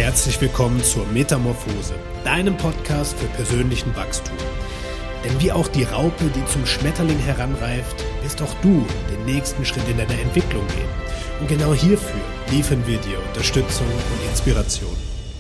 herzlich willkommen zur Metamorphose, deinem Podcast für persönlichen Wachstum. Denn wie auch die Raupe, die zum Schmetterling heranreift, wirst auch du den nächsten Schritt in deiner Entwicklung gehen. Und genau hierfür liefern wir dir Unterstützung und Inspiration.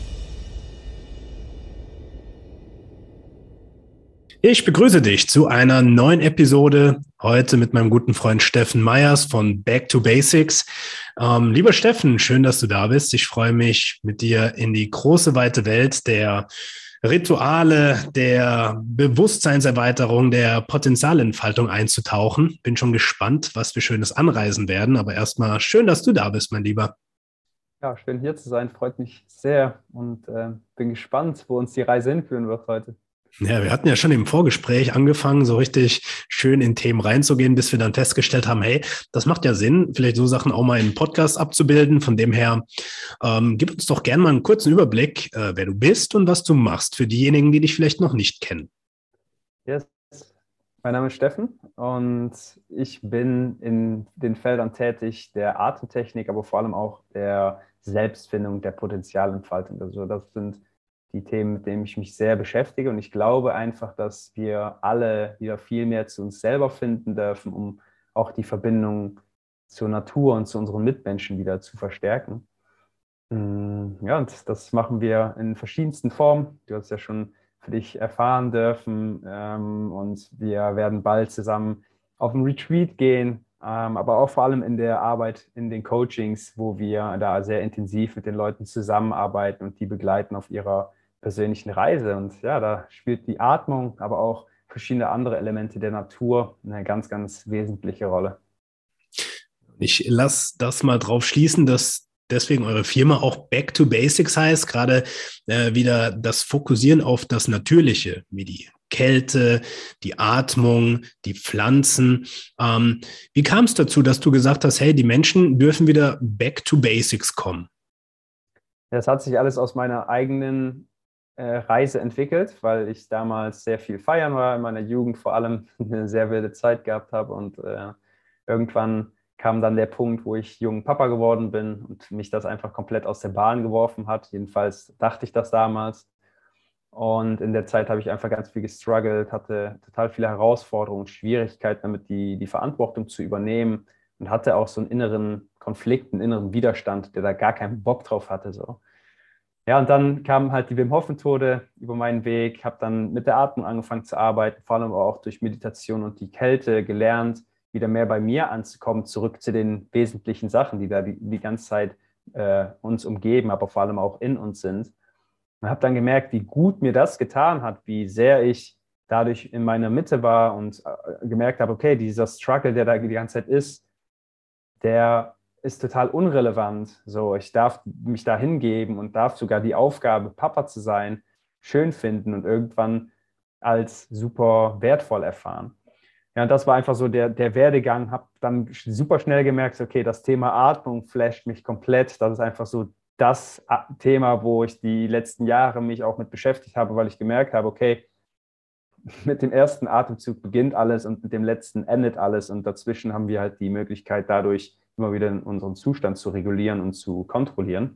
Ich begrüße dich zu einer neuen Episode, heute mit meinem guten Freund Steffen Meyers von Back to Basics. Lieber Steffen, schön, dass du da bist. Ich freue mich, mit dir in die große, weite Welt der Rituale, der Bewusstseinserweiterung, der Potenzialentfaltung einzutauchen. Bin schon gespannt, was wir Schönes anreisen werden. Aber erstmal schön, dass du da bist, mein Lieber. Ja, schön hier zu sein, freut mich sehr und bin gespannt, wo uns die Reise hinführen wird heute. Ja, wir hatten ja schon im Vorgespräch angefangen, so richtig schön in Themen reinzugehen, bis wir dann festgestellt haben, hey, das macht ja Sinn, vielleicht so Sachen auch mal in einen Podcast abzubilden. Von dem her, gib uns doch gerne mal einen kurzen Überblick, wer du bist und was du machst, für diejenigen, die dich vielleicht noch nicht kennen. Yes. Mein Name ist Steffen und ich bin in den Feldern tätig der Atemtechnik, aber vor allem auch der Selbstfindung, der Potenzialentfaltung. Also das sind die Themen, mit denen ich mich sehr beschäftige. Und ich glaube einfach, dass wir alle wieder viel mehr zu uns selber finden dürfen, um auch die Verbindung zur Natur und zu unseren Mitmenschen wieder zu verstärken. Ja, und das machen wir in verschiedensten Formen. Du hast ja schon für dich erfahren dürfen. Und wir werden bald zusammen auf einen Retreat gehen, aber auch vor allem in der Arbeit, in den Coachings, wo wir da sehr intensiv mit den Leuten zusammenarbeiten und die begleiten auf ihrer persönlichen Reise. Und ja, da spielt die Atmung, aber auch verschiedene andere Elemente der Natur eine ganz, ganz wesentliche Rolle. Ich lasse das mal drauf schließen, dass deswegen eure Firma auch Back to Basics heißt, gerade wieder das Fokussieren auf das Natürliche, wie die Kälte, die Atmung, die Pflanzen. Wie kam es dazu, dass du gesagt hast, hey, die Menschen dürfen wieder Back to Basics kommen? Das hat sich alles aus meiner eigenen Reise entwickelt, weil ich damals sehr viel feiern war, in meiner Jugend vor allem eine sehr wilde Zeit gehabt habe und irgendwann kam dann der Punkt, wo ich jung Papa geworden bin und mich das einfach komplett aus der Bahn geworfen hat. Jedenfalls dachte ich das damals. Und in der Zeit habe ich einfach ganz viel gestruggelt, hatte total viele Herausforderungen, Schwierigkeiten damit, die Verantwortung zu übernehmen und hatte auch so einen inneren Konflikt, einen inneren Widerstand, der da gar keinen Bock drauf hatte. So. Ja, und dann kam halt die Wim Hof Methode über meinen Weg, habe dann mit der Atmung angefangen zu arbeiten, vor allem aber auch durch Meditation und die Kälte gelernt, wieder mehr bei mir anzukommen, zurück zu den wesentlichen Sachen, die da die ganze Zeit uns umgeben, aber vor allem auch in uns sind. Und habe dann gemerkt, wie gut mir das getan hat, wie sehr ich dadurch in meiner Mitte war und gemerkt habe, okay, dieser Struggle, der da die ganze Zeit ist, der ist total unrelevant. So, ich darf mich da hingeben und darf sogar die Aufgabe, Papa zu sein, schön finden und irgendwann als super wertvoll erfahren. Ja, und das war einfach so der Werdegang. Habe dann super schnell gemerkt, okay, das Thema Atmung flasht mich komplett. Das ist einfach so das Thema, wo ich die letzten Jahre mich auch mit beschäftigt habe, weil ich gemerkt habe, okay, mit dem ersten Atemzug beginnt alles und mit dem letzten endet alles. Und dazwischen haben wir halt die Möglichkeit, dadurch immer wieder unseren Zustand zu regulieren und zu kontrollieren.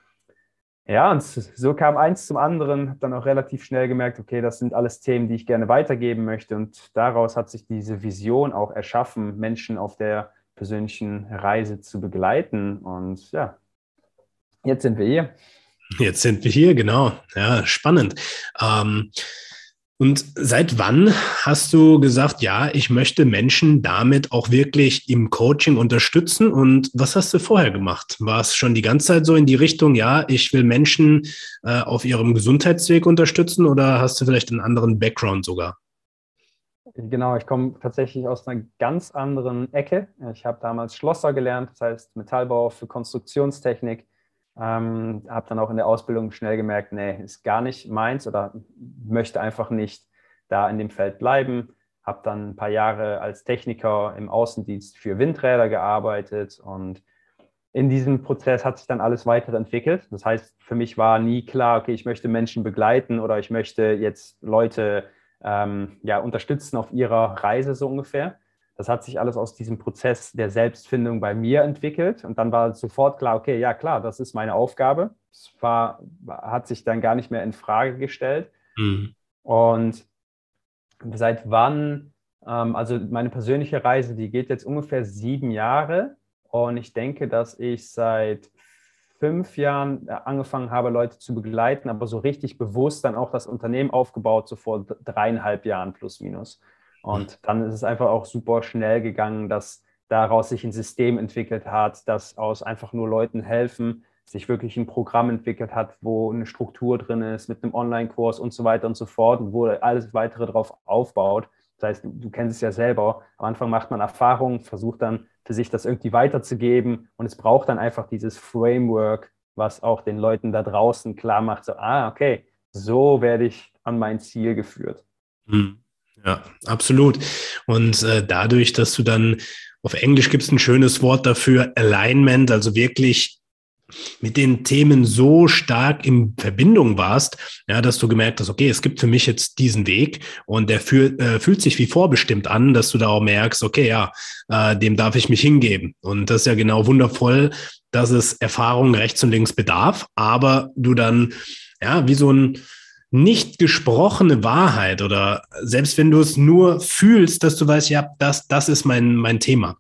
Ja, und so kam eins zum anderen, habe dann auch relativ schnell gemerkt, okay, das sind alles Themen, die ich gerne weitergeben möchte. Und daraus hat sich diese Vision auch erschaffen, Menschen auf der persönlichen Reise zu begleiten. Und ja, jetzt sind wir hier. Jetzt sind wir hier, genau. Ja, spannend. Und seit wann hast du gesagt, ja, ich möchte Menschen damit auch wirklich im Coaching unterstützen? Und was hast du vorher gemacht? War es schon die ganze Zeit so in die Richtung, ja, ich will Menschen auf ihrem Gesundheitsweg unterstützen, oder hast du vielleicht einen anderen Background sogar? Genau, ich komme tatsächlich aus einer ganz anderen Ecke. Ich habe damals Schlosser gelernt, das heißt Metallbau für Konstruktionstechnik. Habe dann auch in der Ausbildung schnell gemerkt, nee, ist gar nicht meins oder möchte einfach nicht da in dem Feld bleiben. Habe dann ein paar Jahre als Techniker im Außendienst für Windräder gearbeitet und in diesem Prozess hat sich dann alles weitere entwickelt. Das heißt, für mich war nie klar, okay, ich möchte Menschen begleiten oder ich möchte jetzt Leute unterstützen auf ihrer Reise so ungefähr. das hat sich alles aus diesem Prozess der Selbstfindung bei mir entwickelt. Und dann war sofort klar, okay, ja klar, das ist meine Aufgabe. Hat sich dann gar nicht mehr in Frage gestellt. Mhm. Und seit wann, also meine persönliche Reise, die geht jetzt ungefähr 7 Jahre. Und ich denke, dass ich seit 5 Jahren angefangen habe, Leute zu begleiten, aber so richtig bewusst dann auch das Unternehmen aufgebaut, so vor 3,5 Jahren plus minus. Und dann ist es einfach auch super schnell gegangen, dass daraus sich ein System entwickelt hat, das aus einfach nur Leuten helfen, sich wirklich ein Programm entwickelt hat, wo eine Struktur drin ist, mit einem Online-Kurs und so weiter und so fort, und wo alles weitere drauf aufbaut. Das heißt, du kennst es ja selber, am Anfang macht man Erfahrungen, versucht dann für sich das irgendwie weiterzugeben, und es braucht dann einfach dieses Framework, was auch den Leuten da draußen klar macht, so, okay, so werde ich an mein Ziel geführt. Mhm. Ja, absolut. Und dadurch, dass du dann, auf Englisch gibt es ein schönes Wort dafür, Alignment, also wirklich mit den Themen so stark in Verbindung warst, ja, dass du gemerkt hast, okay, es gibt für mich jetzt diesen Weg, und der fühlt sich wie vorbestimmt an, dass du da auch merkst, okay, ja, dem darf ich mich hingeben. Und das ist ja genau wundervoll, dass es Erfahrung rechts und links bedarf, aber du dann, ja, wie so ein nicht gesprochene Wahrheit, oder selbst wenn du es nur fühlst, dass du weißt, ja, das ist mein Thema.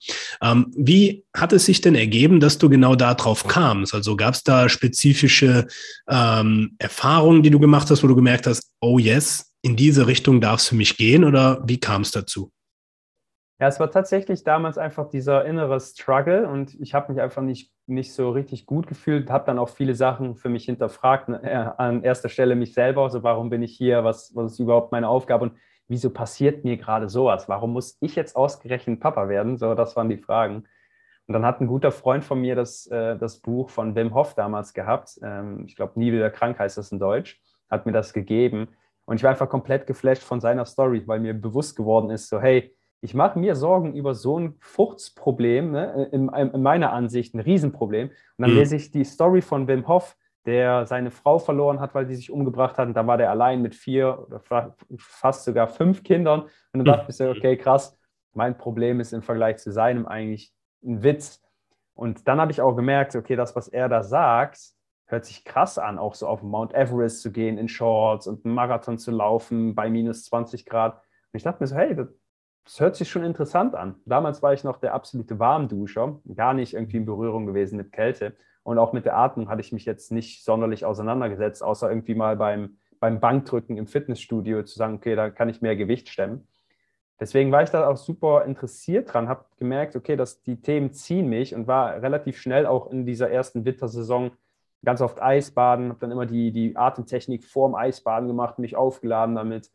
Wie hat es sich denn ergeben, dass du genau darauf kamst? Also gab es da spezifische Erfahrungen, die du gemacht hast, wo du gemerkt hast, oh yes, in diese Richtung darf es für mich gehen, oder wie kam es dazu? Ja, es war tatsächlich damals einfach dieser innere Struggle, und ich habe mich einfach nicht so richtig gut gefühlt, habe dann auch viele Sachen für mich hinterfragt. An erster Stelle mich selber, also warum bin ich hier, was ist überhaupt meine Aufgabe und wieso passiert mir gerade sowas? Warum muss ich jetzt ausgerechnet Papa werden? So, das waren die Fragen. Und dann hat ein guter Freund von mir das Buch von Wim Hof damals gehabt. Ich glaube, Nie wieder krank heißt das in Deutsch, hat mir das gegeben. Und ich war einfach komplett geflasht von seiner Story, weil mir bewusst geworden ist, so hey, ich mache mir Sorgen über so ein Fruchtsproblem, ne, in meiner Ansicht ein Riesenproblem. Und dann lese ich die Story von Wim Hof, der seine Frau verloren hat, weil die sich umgebracht hat. Und dann war der allein mit 4 oder fast sogar 5 Kindern. Und dann dachte ich so, okay, krass, mein Problem ist im Vergleich zu seinem eigentlich ein Witz. Und dann habe ich auch gemerkt, okay, das, was er da sagt, hört sich krass an, auch so auf Mount Everest zu gehen in Shorts und einen Marathon zu laufen bei minus 20 Grad. Und ich dachte mir so, hey, das hört sich schon interessant an. Damals war ich noch der absolute Warmduscher, gar nicht irgendwie in Berührung gewesen mit Kälte. Und auch mit der Atmung hatte ich mich jetzt nicht sonderlich auseinandergesetzt, außer irgendwie mal beim Bankdrücken im Fitnessstudio zu sagen, okay, da kann ich mehr Gewicht stemmen. Deswegen war ich da auch super interessiert dran, habe gemerkt, okay, die Themen ziehen mich, und war relativ schnell auch in dieser ersten Wintersaison ganz oft Eisbaden, habe dann immer die Atemtechnik vorm Eisbaden gemacht, mich aufgeladen damit.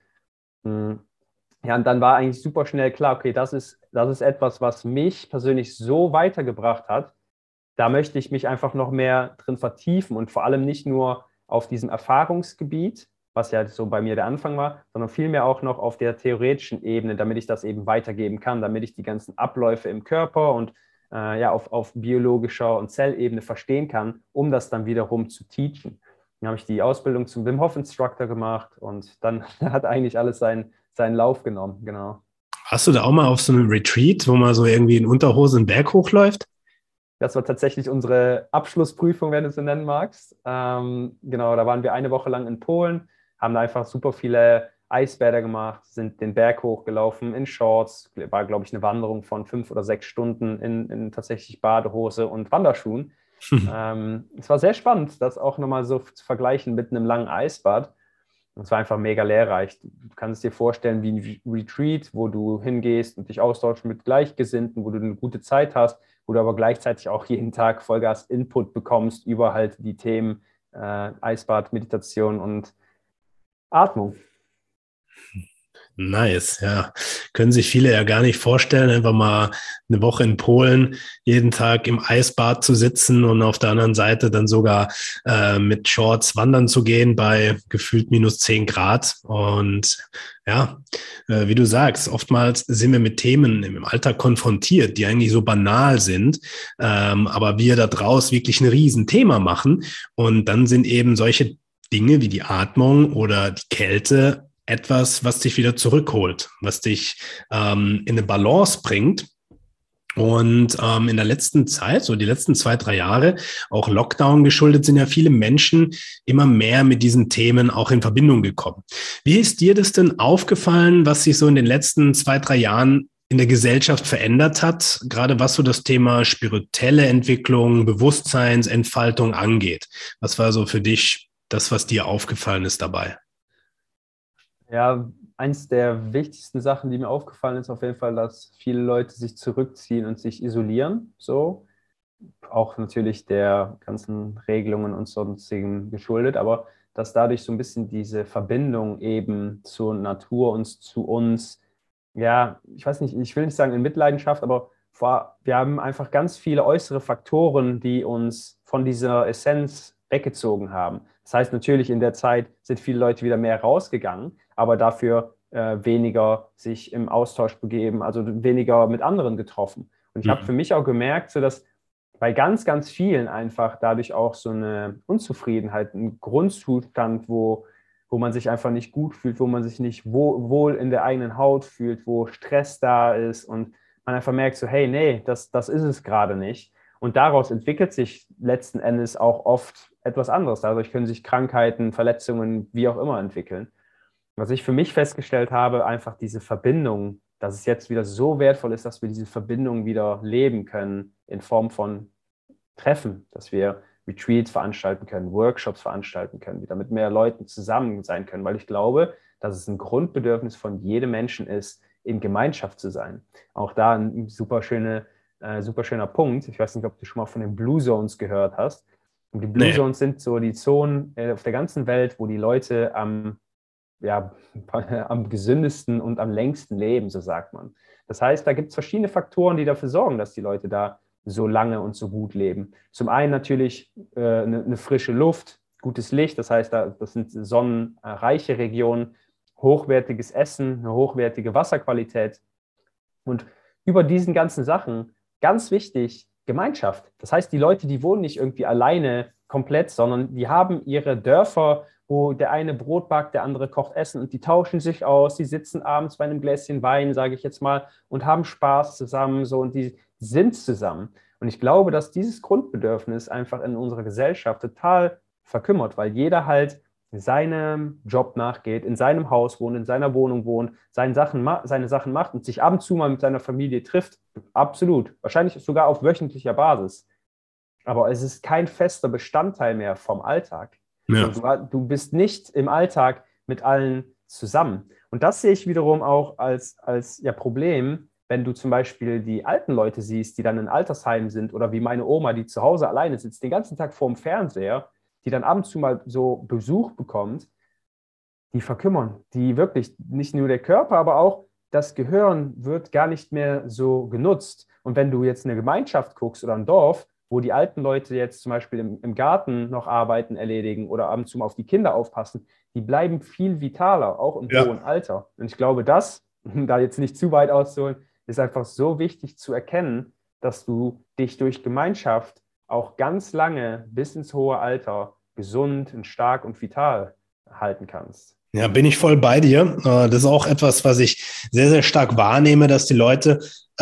Ja, und dann war eigentlich super schnell klar, okay, das ist etwas, was mich persönlich so weitergebracht hat. Da möchte ich mich einfach noch mehr drin vertiefen, und vor allem nicht nur auf diesem Erfahrungsgebiet, was ja so bei mir der Anfang war, sondern vielmehr auch noch auf der theoretischen Ebene, damit ich das eben weitergeben kann, damit ich die ganzen Abläufe im Körper und auf biologischer und Zellebene verstehen kann, um das dann wiederum zu teachen. Dann habe ich die Ausbildung zum Wim Hof Instructor gemacht, und dann hat eigentlich alles seinen Lauf genommen, genau. Hast du da auch mal auf so einem Retreat, wo man so irgendwie in Unterhose einen Berg hochläuft? Das war tatsächlich unsere Abschlussprüfung, wenn du es so nennen magst. Genau, da waren wir eine Woche lang in Polen, haben da einfach super viele Eisbäder gemacht, sind den Berg hochgelaufen in Shorts. War, glaube ich, eine Wanderung von 5 oder 6 Stunden in tatsächlich Badehose und Wanderschuhen. Es war sehr spannend, das auch nochmal so zu vergleichen mit einem langen Eisbad. Es war einfach mega lehrreich. Du kannst es dir vorstellen wie ein Retreat, wo du hingehst und dich austauschst mit Gleichgesinnten, wo du eine gute Zeit hast, wo du aber gleichzeitig auch jeden Tag Vollgas-Input bekommst über halt die Themen Eisbad, Meditation und Atmung. Nice, ja. Können sich viele ja gar nicht vorstellen, einfach mal eine Woche in Polen, jeden Tag im Eisbad zu sitzen und auf der anderen Seite dann sogar mit Shorts wandern zu gehen bei gefühlt minus 10 Grad. Und ja, wie du sagst, oftmals sind wir mit Themen im Alltag konfrontiert, die eigentlich so banal sind, aber wir da draus wirklich ein Riesenthema machen. Und dann sind eben solche Dinge wie die Atmung oder die Kälte etwas, was dich wieder zurückholt, was dich in eine Balance bringt. Und in der letzten Zeit, so die letzten 2, 3 Jahre, auch Lockdown geschuldet, sind ja viele Menschen immer mehr mit diesen Themen auch in Verbindung gekommen. Wie ist dir das denn aufgefallen, was sich so in den letzten 2, 3 Jahren in der Gesellschaft verändert hat, gerade was so das Thema spirituelle Entwicklung, Bewusstseinsentfaltung angeht? Was war so für dich das, was dir aufgefallen ist dabei? Ja, eins der wichtigsten Sachen, die mir aufgefallen ist, auf jeden Fall, dass viele Leute sich zurückziehen und sich isolieren. So, auch natürlich der ganzen Regelungen und sonstigen geschuldet, aber dass dadurch so ein bisschen diese Verbindung eben zur Natur und zu uns, ja, ich weiß nicht, ich will nicht sagen in Mitleidenschaft, aber wir haben einfach ganz viele äußere Faktoren, die uns von dieser Essenz weggezogen haben. Das heißt, natürlich in der Zeit sind viele Leute wieder mehr rausgegangen, aber dafür weniger sich im Austausch begeben, also weniger mit anderen getroffen. Und ich habe für mich auch gemerkt, so dass bei ganz, ganz vielen einfach dadurch auch so eine Unzufriedenheit, ein Grundzustand, wo man sich einfach nicht gut fühlt, wo man sich nicht wohl in der eigenen Haut fühlt, wo Stress da ist und man einfach merkt so, hey, nee, das ist es gerade nicht. Und daraus entwickelt sich letzten Endes auch oft etwas anderes. Dadurch können sich Krankheiten, Verletzungen, wie auch immer entwickeln. Was ich für mich festgestellt habe, einfach diese Verbindung, dass es jetzt wieder so wertvoll ist, dass wir diese Verbindung wieder leben können in Form von Treffen, dass wir Retreats veranstalten können, Workshops veranstalten können, wieder mit mehr Leuten zusammen sein können, weil ich glaube, dass es ein Grundbedürfnis von jedem Menschen ist, in Gemeinschaft zu sein. Auch da ein super schöner Punkt. Ich weiß nicht, ob du schon mal von den Blue Zones gehört hast. Und die Blue Zones sind so die Zonen auf der ganzen Welt, wo die Leute am gesündesten und am längsten leben, so sagt man. Das heißt, da gibt es verschiedene Faktoren, die dafür sorgen, dass die Leute da so lange und so gut leben. Zum einen natürlich eine frische Luft, gutes Licht, das heißt, das sind sonnenreiche Regionen, hochwertiges Essen, eine hochwertige Wasserqualität und über diesen ganzen Sachen, ganz wichtig, Gemeinschaft. Das heißt, die Leute, die wohnen nicht irgendwie alleine komplett, sondern die haben ihre Dörfer, wo der eine Brot backt, der andere kocht Essen und die tauschen sich aus, die sitzen abends bei einem Gläschen Wein, sage ich jetzt mal, und haben Spaß zusammen so und die sind zusammen. Und ich glaube, dass dieses Grundbedürfnis einfach in unserer Gesellschaft total verkümmert, weil jeder halt seinem Job nachgeht, in seinem Haus wohnt, in seiner Wohnung wohnt, seine Sachen macht und sich ab und zu mal mit seiner Familie trifft. Absolut. Wahrscheinlich sogar auf wöchentlicher Basis. Aber es ist kein fester Bestandteil mehr vom Alltag. Ja. Du bist nicht im Alltag mit allen zusammen. Und das sehe ich wiederum auch als Problem, wenn du zum Beispiel die alten Leute siehst, die dann in Altersheimen sind oder wie meine Oma, die zu Hause alleine sitzt, den ganzen Tag vorm Fernseher, die dann ab und zu mal so Besuch bekommt, die verkümmern. Die wirklich, nicht nur der Körper, aber auch das Gehirn wird gar nicht mehr so genutzt. Und wenn du jetzt eine Gemeinschaft guckst oder ein Dorf, wo die alten Leute jetzt zum Beispiel im Garten noch Arbeiten erledigen oder ab und zu mal auf die Kinder aufpassen, die bleiben viel vitaler, auch im hohen Alter. Und ich glaube, das, da jetzt nicht zu weit auszuholen, ist einfach so wichtig zu erkennen, dass du dich durch Gemeinschaft auch ganz lange bis ins hohe Alter gesund und stark und vital halten kannst. Ja, bin ich voll bei dir. Das ist auch etwas, was ich sehr, sehr stark wahrnehme, dass die Leute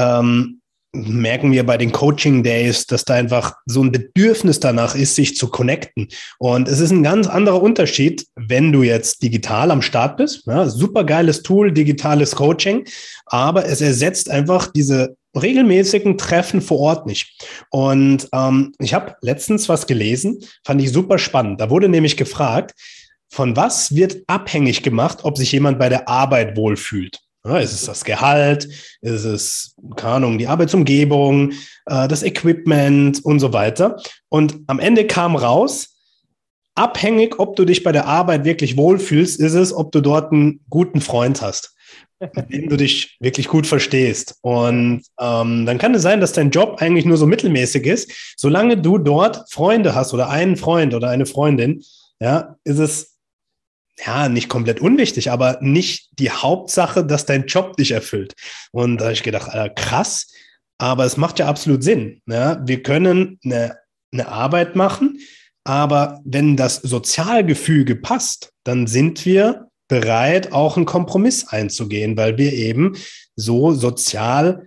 merken wir bei den Coaching Days, dass da einfach so ein Bedürfnis danach ist, sich zu connecten. Und es ist ein ganz anderer Unterschied, wenn du jetzt digital am Start bist. Ja, super geiles Tool, digitales Coaching, aber es ersetzt einfach diese regelmäßigen Treffen vor Ort nicht. Und ich habe letztens was gelesen, fand ich super spannend. Da wurde nämlich gefragt, von was wird abhängig gemacht, ob sich jemand bei der Arbeit wohlfühlt? Ja, ist es das Gehalt? Ist es, keine Ahnung, die Arbeitsumgebung, das Equipment und so weiter? Und am Ende kam raus, abhängig, ob du dich bei der Arbeit wirklich wohlfühlst, ist es, ob du dort einen guten Freund hast, mit dem du dich wirklich gut verstehst. Und dann kann es sein, dass dein Job eigentlich nur so mittelmäßig ist. Solange du dort Freunde hast oder einen Freund oder eine Freundin, ja, ist es ja nicht komplett unwichtig, aber nicht die Hauptsache, dass dein Job dich erfüllt. Und da habe ich gedacht, krass, aber es macht ja absolut Sinn. Ja? Wir können eine Arbeit machen, aber wenn das Sozialgefüge passt, dann sind wir bereit, auch einen Kompromiss einzugehen, weil wir eben so sozial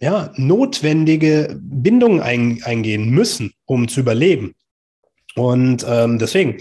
notwendige Bindungen eingehen müssen, um zu überleben. Und deswegen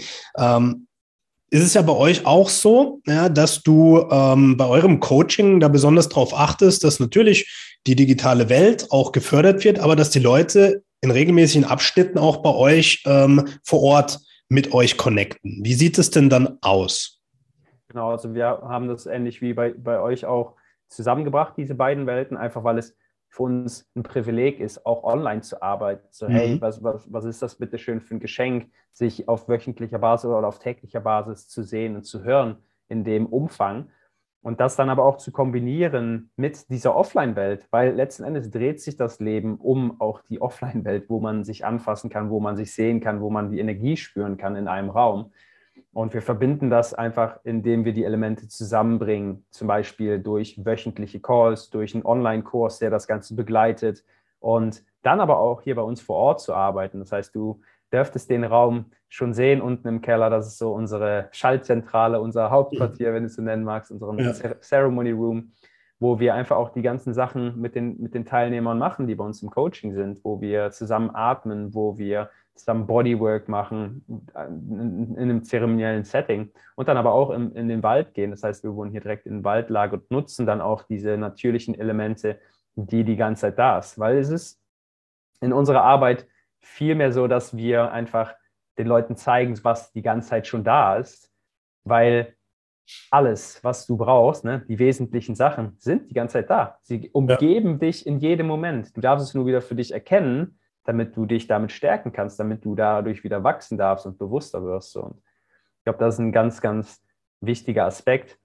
ist es ja bei euch auch so, ja, dass du bei eurem Coaching da besonders darauf achtest, dass natürlich die digitale Welt auch gefördert wird, aber dass die Leute in regelmäßigen Abschnitten auch bei euch vor Ort mit euch connecten. Wie sieht es denn dann aus? Genau, also wir haben das ähnlich wie bei euch auch zusammengebracht, diese beiden Welten, einfach weil es für uns ein Privileg ist, auch online zu arbeiten. So, hey, was ist das bitte schön für ein Geschenk, sich auf wöchentlicher Basis oder auf täglicher Basis zu sehen und zu hören in dem Umfang. Und das dann aber auch zu kombinieren mit dieser Offline-Welt, weil letzten Endes dreht sich das Leben um auch die Offline-Welt, wo man sich anfassen kann, wo man sich sehen kann, wo man die Energie spüren kann in einem Raum. Und wir verbinden das einfach, indem wir die Elemente zusammenbringen, zum Beispiel durch wöchentliche Calls, durch einen Online-Kurs, der das Ganze begleitet und dann aber auch hier bei uns vor Ort zu arbeiten. Das heißt, du dürftest den Raum schon sehen unten im Keller. Das ist so unsere Schaltzentrale, unser Hauptquartier, wenn du es so nennen magst, unseren Ceremony Room, wo wir einfach auch die ganzen Sachen mit den Teilnehmern machen, die bei uns im Coaching sind, wo wir zusammen atmen, wo wir zusammen Bodywork machen in einem zeremoniellen Setting und dann aber auch in den Wald gehen. Das heißt, wir wohnen hier direkt in Waldlage und nutzen dann auch diese natürlichen Elemente, die ganze Zeit da ist. Weil es ist in unserer Arbeit vielmehr so, dass wir einfach den Leuten zeigen, was die ganze Zeit schon da ist, weil alles, was du brauchst, ne, die wesentlichen Sachen, sind die ganze Zeit da. Sie umgeben dich in jedem Moment. Du darfst es nur wieder für dich erkennen, damit du dich damit stärken kannst, damit du dadurch wieder wachsen darfst und bewusster wirst. Und ich glaube, das ist ein ganz, ganz wichtiger Aspekt.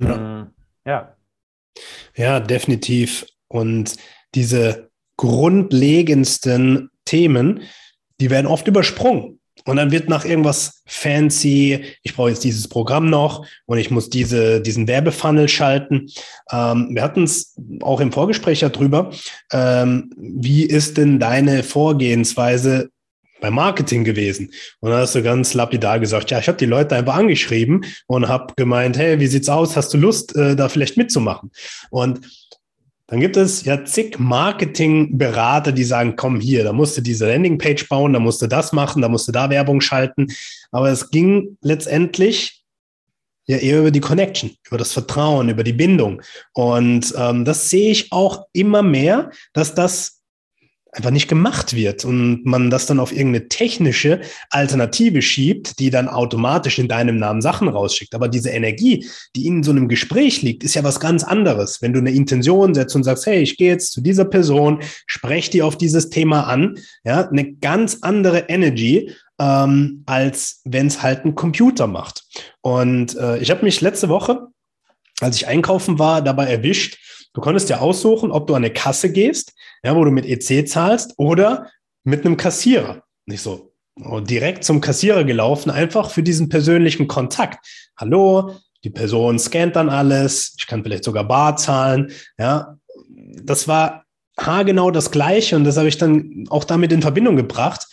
Ja, definitiv. Und diese grundlegendsten Themen, die werden oft übersprungen. Und dann wird nach irgendwas fancy, ich brauche jetzt dieses Programm noch und ich muss diesen Werbefunnel schalten. Wir hatten es auch im Vorgespräch darüber. Wie ist denn deine Vorgehensweise beim Marketing gewesen? Und dann hast du ganz lapidar gesagt, ja, ich habe die Leute einfach angeschrieben und habe gemeint, hey, wie sieht's aus? Hast du Lust, da vielleicht mitzumachen? Und dann gibt es ja zig Marketingberater, die sagen, komm hier, da musst du diese Landingpage bauen, da musst du das machen, da musst du da Werbung schalten. Aber es ging letztendlich ja eher über die Connection, über das Vertrauen, über die Bindung. Und das sehe ich auch immer mehr, dass das einfach nicht gemacht wird und man das dann auf irgendeine technische Alternative schiebt, die dann automatisch in deinem Namen Sachen rausschickt. Aber diese Energie, die in so einem Gespräch liegt, ist ja was ganz anderes. Wenn du eine Intention setzt und sagst, hey, ich gehe jetzt zu dieser Person, spreche die auf dieses Thema an, ja, eine ganz andere Energy, als wenn es halt ein Computer macht. Und ich habe mich letzte Woche, als ich einkaufen war, dabei erwischt. Du konntest ja aussuchen, ob du an eine Kasse gehst, ja, wo du mit EC zahlst oder mit einem Kassierer. Nicht so direkt zum Kassierer gelaufen, einfach für diesen persönlichen Kontakt. Hallo, die Person scannt dann alles, ich kann vielleicht sogar bar zahlen. Ja, das war haargenau das Gleiche und das habe ich dann auch damit in Verbindung gebracht.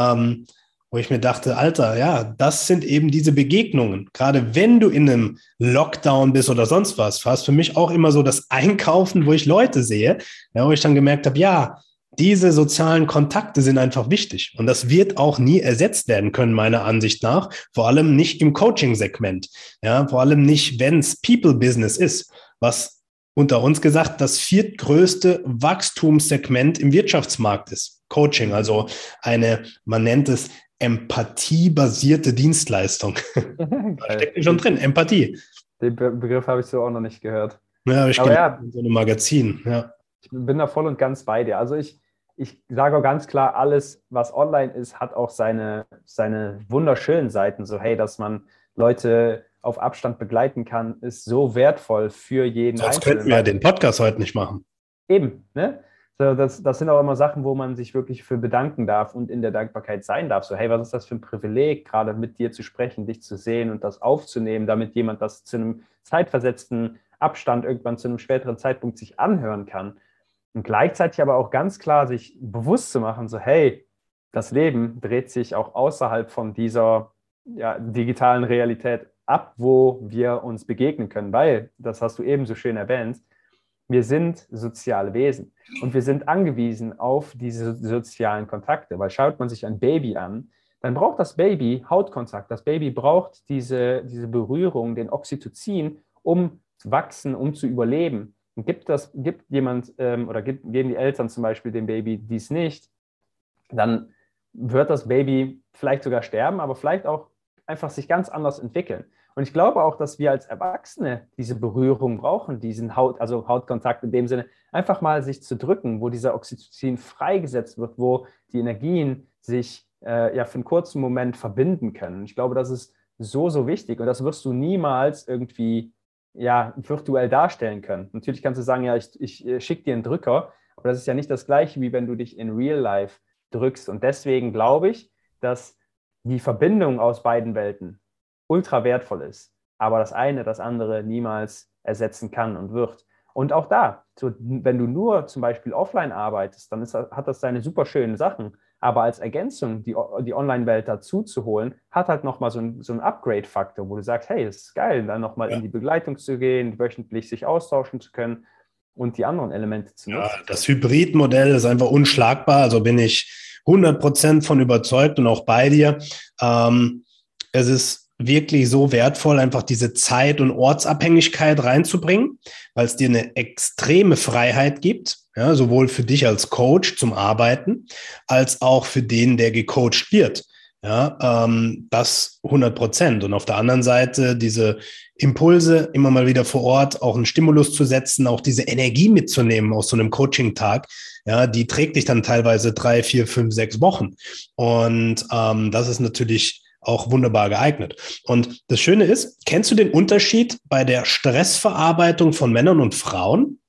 Wo ich mir dachte, Alter, ja, das sind eben diese Begegnungen. Gerade wenn du in einem Lockdown bist oder sonst was, war es für mich auch immer so das Einkaufen, wo ich Leute sehe, ja, wo ich dann gemerkt habe, ja, diese sozialen Kontakte sind einfach wichtig. Und das wird auch nie ersetzt werden können, meiner Ansicht nach. Vor allem nicht im Coaching-Segment. Ja, vor allem nicht, wenn es People-Business ist, was unter uns gesagt das viertgrößte Wachstumssegment im Wirtschaftsmarkt ist. Coaching, also man nennt es empathiebasierte Dienstleistung. Da steckt schon drin, Empathie. Den Begriff habe ich so auch noch nicht gehört. Ja, aber ich kenne in so einem Magazin. Ja. Ich bin da voll und ganz bei dir. Also ich sage auch ganz klar, alles, was online ist, hat auch seine wunderschönen Seiten. So, hey, dass man Leute auf Abstand begleiten kann, ist so wertvoll für jeden Sonst könnten wir ja den Podcast heute nicht machen. Eben, ne? So, das sind auch immer Sachen, wo man sich wirklich für bedanken darf und in der Dankbarkeit sein darf. So, hey, was ist das für ein Privileg, gerade mit dir zu sprechen, dich zu sehen und das aufzunehmen, damit jemand das zu einem zeitversetzten Abstand irgendwann zu einem späteren Zeitpunkt sich anhören kann. Und gleichzeitig aber auch ganz klar sich bewusst zu machen, so, hey, das Leben dreht sich auch außerhalb von dieser digitalen Realität ab, wo wir uns begegnen können, weil, das hast du eben so schön erwähnt, wir sind soziale Wesen und wir sind angewiesen auf diese sozialen Kontakte, weil schaut man sich ein Baby an, dann braucht das Baby Hautkontakt, das Baby braucht diese Berührung, den Oxytocin, um zu wachsen, um zu überleben. Und gibt jemand oder geben die Eltern zum Beispiel dem Baby dies nicht, dann wird das Baby vielleicht sogar sterben, aber vielleicht auch einfach sich ganz anders entwickeln. Und ich glaube auch, dass wir als Erwachsene diese Berührung brauchen, diesen Hautkontakt in dem Sinne, einfach mal sich zu drücken, wo dieser Oxytocin freigesetzt wird, wo die Energien sich für einen kurzen Moment verbinden können. Ich glaube, das ist so, so wichtig und das wirst du niemals irgendwie virtuell darstellen können. Natürlich kannst du sagen, ja, ich schicke dir einen Drücker, aber das ist ja nicht das Gleiche, wie wenn du dich in Real Life drückst. Und deswegen glaube ich, dass die Verbindung aus beiden Welten ultra wertvoll ist, aber das eine das andere niemals ersetzen kann und wird. Und auch da, wenn du nur zum Beispiel offline arbeitest, dann hat das seine super schönen Sachen, aber als Ergänzung die Online-Welt dazu zu holen, hat halt nochmal so einen Upgrade-Faktor, wo du sagst, hey, es ist geil, dann nochmal in die Begleitung zu gehen, wöchentlich sich austauschen zu können und die anderen Elemente zu nutzen. Ja, das Hybridmodell ist einfach unschlagbar, also bin ich 100% von überzeugt und auch bei dir. Es ist wirklich so wertvoll, einfach diese Zeit- und Ortsabhängigkeit reinzubringen, weil es dir eine extreme Freiheit gibt, ja, sowohl für dich als Coach zum Arbeiten, als auch für den, der gecoacht wird. Ja, das 100%. Und auf der anderen Seite diese Impulse immer mal wieder vor Ort, auch einen Stimulus zu setzen, auch diese Energie mitzunehmen aus so einem Coaching-Tag, ja, die trägt dich dann teilweise 3, 4, 5, 6 Wochen. Und das ist natürlich auch wunderbar geeignet. Und das Schöne ist, kennst du den Unterschied bei der Stressverarbeitung von Männern und Frauen?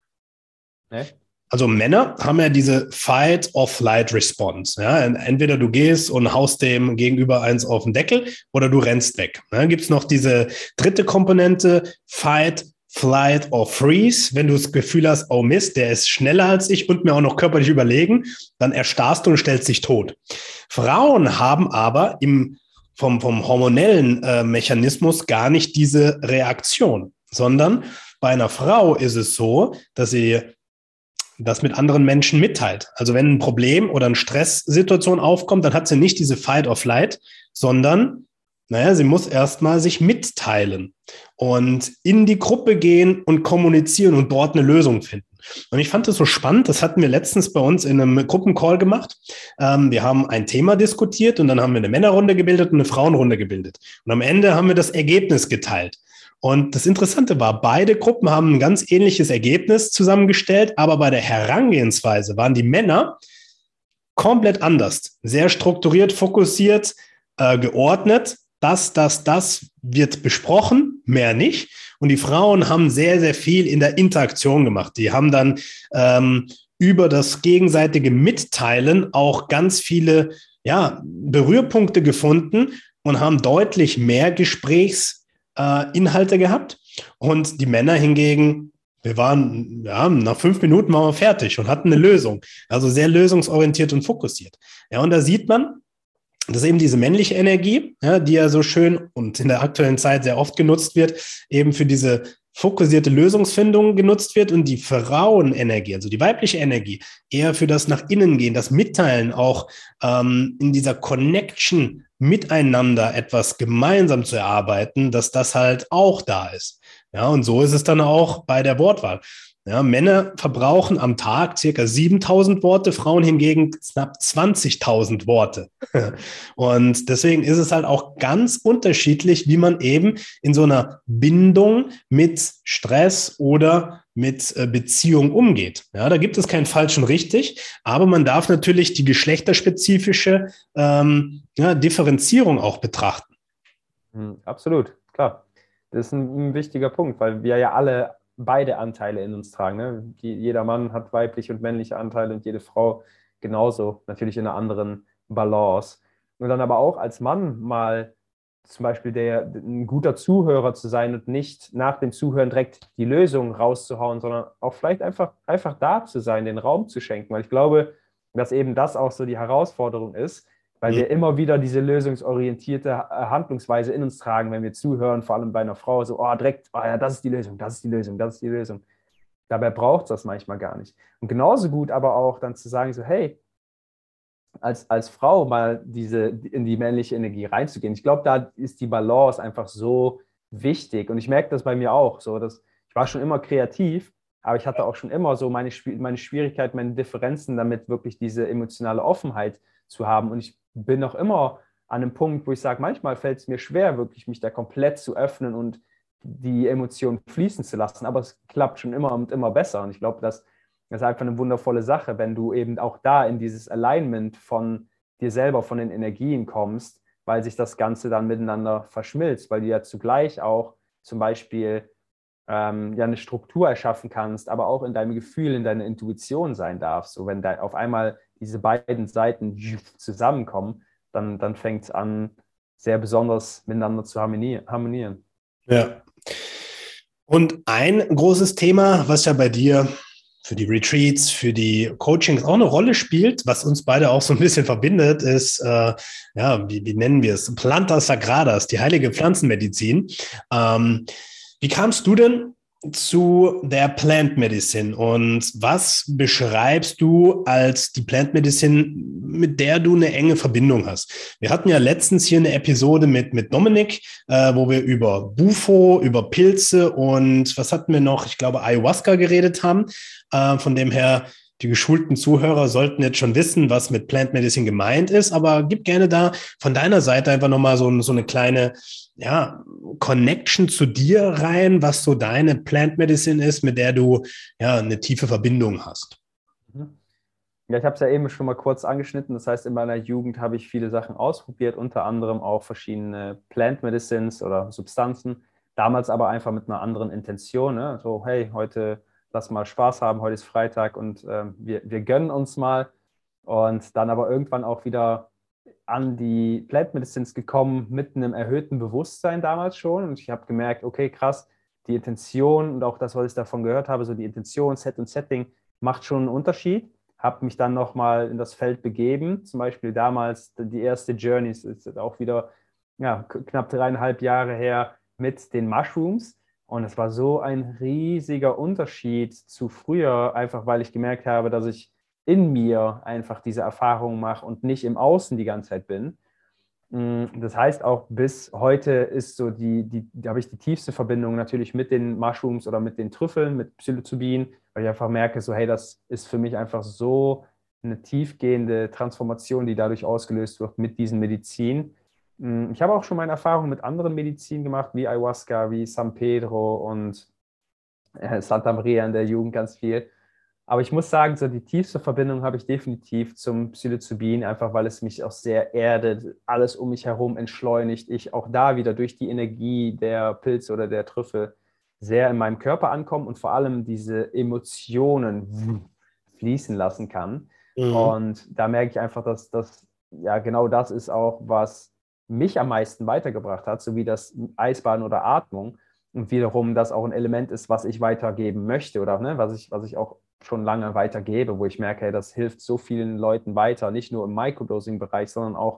Ne? Also Männer haben ja diese Fight-or-Flight-Response. Ja? Entweder du gehst und haust dem Gegenüber eins auf den Deckel oder du rennst weg. Dann gibt es noch diese dritte Komponente, Fight, Flight or Freeze. Wenn du das Gefühl hast, oh Mist, der ist schneller als ich und mir auch noch körperlich überlegen, dann erstarrst du und stellst dich tot. Frauen haben aber vom hormonellen Mechanismus gar nicht diese Reaktion, sondern bei einer Frau ist es so, dass sie das mit anderen Menschen mitteilt. Also wenn ein Problem oder eine Stresssituation aufkommt, dann hat sie nicht diese Fight or Flight, sondern sie muss erstmal sich mitteilen und in die Gruppe gehen und kommunizieren und dort eine Lösung finden. Und ich fand das so spannend, das hatten wir letztens bei uns in einem Gruppencall gemacht. Wir haben ein Thema diskutiert und dann haben wir eine Männerrunde gebildet und eine Frauenrunde gebildet. Und am Ende haben wir das Ergebnis geteilt. Und das Interessante war, beide Gruppen haben ein ganz ähnliches Ergebnis zusammengestellt, aber bei der Herangehensweise waren die Männer komplett anders. Sehr strukturiert, fokussiert, geordnet. Das wird besprochen, mehr nicht. Und die Frauen haben sehr, sehr viel in der Interaktion gemacht. Die haben dann über das gegenseitige Mitteilen auch ganz viele Berührpunkte gefunden und haben deutlich mehr Gesprächsinhalte gehabt. Und die Männer hingegen, wir waren, nach 5 Minuten waren wir fertig und hatten eine Lösung. Also sehr lösungsorientiert und fokussiert. Ja, und da sieht man, dass eben diese männliche Energie, die ja so schön und in der aktuellen Zeit sehr oft genutzt wird, eben für diese fokussierte Lösungsfindung genutzt wird und die Frauenenergie, also die weibliche Energie, eher für das nach innen gehen, das Mitteilen, auch in dieser Connection miteinander etwas gemeinsam zu erarbeiten, dass das halt auch da ist. Ja, und so ist es dann auch bei der Wortwahl. Ja, Männer verbrauchen am Tag circa 7.000 Worte, Frauen hingegen knapp 20.000 Worte. Und deswegen ist es halt auch ganz unterschiedlich, wie man eben in so einer Bindung mit Stress oder mit Beziehung umgeht. Ja, da gibt es kein falsch und richtig, aber man darf natürlich die geschlechterspezifische Differenzierung auch betrachten. Absolut, klar. Das ist ein wichtiger Punkt, weil wir ja alle beide Anteile in uns tragen. Ne? Jeder Mann hat weibliche und männliche Anteile und jede Frau genauso, natürlich in einer anderen Balance. Und dann aber auch als Mann mal zum Beispiel ein guter Zuhörer zu sein und nicht nach dem Zuhören direkt die Lösung rauszuhauen, sondern auch vielleicht einfach da zu sein, den Raum zu schenken. Weil ich glaube, dass eben das auch so die Herausforderung ist, weil wir immer wieder diese lösungsorientierte Handlungsweise in uns tragen, wenn wir zuhören, vor allem bei einer Frau, so, oh, direkt, oh ja, das ist die Lösung, das ist die Lösung, das ist die Lösung. Dabei braucht es das manchmal gar nicht. Und genauso gut aber auch dann zu sagen, so, hey, als Frau mal in die männliche Energie reinzugehen. Ich glaube, da ist die Balance einfach so wichtig. Und ich merke das bei mir auch, so, dass ich war schon immer kreativ, aber ich hatte auch schon immer so meine Schwierigkeit, meine Differenzen damit, wirklich diese emotionale Offenheit zu haben. Und ich bin noch immer an einem Punkt, wo ich sage, manchmal fällt es mir schwer, wirklich mich da komplett zu öffnen und die Emotionen fließen zu lassen. Aber es klappt schon immer und immer besser. Und ich glaube, das ist einfach eine wundervolle Sache, wenn du eben auch da in dieses Alignment von dir selber, von den Energien kommst, weil sich das Ganze dann miteinander verschmilzt, weil du ja zugleich auch zum Beispiel ja eine Struktur erschaffen kannst, aber auch in deinem Gefühl, in deiner Intuition sein darfst. So wenn da auf einmal diese beiden Seiten zusammenkommen, dann fängt es an, sehr besonders miteinander zu harmonieren. Ja. Und ein großes Thema, was ja bei dir für die Retreats, für die Coachings auch eine Rolle spielt, was uns beide auch so ein bisschen verbindet, ist, ja, wie nennen wir es? Plantas Sagradas, die heilige Pflanzenmedizin. Wie kamst du denn zu der Plant Medicine und was beschreibst du als die Plant Medicine, mit der du eine enge Verbindung hast? Wir hatten ja letztens hier eine Episode mit Dominik, wo wir über Bufo, über Pilze und was hatten wir noch? Ich glaube, Ayahuasca geredet haben. Von dem her, die geschulten Zuhörer sollten jetzt schon wissen, was mit Plant Medicine gemeint ist, aber gib gerne da von deiner Seite einfach nochmal so eine kleine, ja, Connection zu dir rein, was so deine Plant Medicine ist, mit der du ja eine tiefe Verbindung hast. Mhm. Ja, ich habe es ja eben schon mal kurz angeschnitten. Das heißt, in meiner Jugend habe ich viele Sachen ausprobiert, unter anderem auch verschiedene Plant Medicines oder Substanzen. Damals aber einfach mit einer anderen Intention. Ne? So, hey, heute lass mal Spaß haben, heute ist Freitag und wir gönnen uns mal. Und dann aber irgendwann auch wieder an die Plant Medicines gekommen mit einem erhöhten Bewusstsein damals schon. Und ich habe gemerkt, okay, krass, die Intention und auch das, was ich davon gehört habe, so die Intention, Set und Setting macht schon einen Unterschied. Habe mich dann nochmal in das Feld begeben, zum Beispiel damals die erste Journey, ist auch wieder ja, knapp 3,5 Jahre her mit den Mushrooms. Und es war so ein riesiger Unterschied zu früher, einfach weil ich gemerkt habe, dass ich in mir einfach diese Erfahrung mache und nicht im Außen die ganze Zeit bin. Das heißt auch bis heute ist so da habe ich die tiefste Verbindung natürlich mit den Mushrooms oder mit den Trüffeln, mit Psilocybin, weil ich einfach merke, so hey, das ist für mich einfach so eine tiefgehende Transformation, die dadurch ausgelöst wird mit diesen Medizin. Ich habe auch schon meine Erfahrungen mit anderen Medizin gemacht, wie Ayahuasca, wie San Pedro und Santa Maria in der Jugend ganz viel. Aber ich muss sagen, so die tiefste Verbindung habe ich definitiv zum Psilocybin, einfach weil es mich auch sehr erdet, alles um mich herum entschleunigt. Ich auch da wieder durch die Energie der Pilze oder der Trüffel sehr in meinem Körper ankomme und vor allem diese Emotionen fließen lassen kann. Mhm. Und da merke ich einfach, dass das, ja, genau das ist auch, was mich am meisten weitergebracht hat, so wie das Eisbaden oder Atmung. Und wiederum das auch ein Element ist, was ich weitergeben möchte oder ne, was ich auch schon lange weitergebe, wo ich merke, hey, das hilft so vielen Leuten weiter, nicht nur im Microdosing-Bereich, sondern auch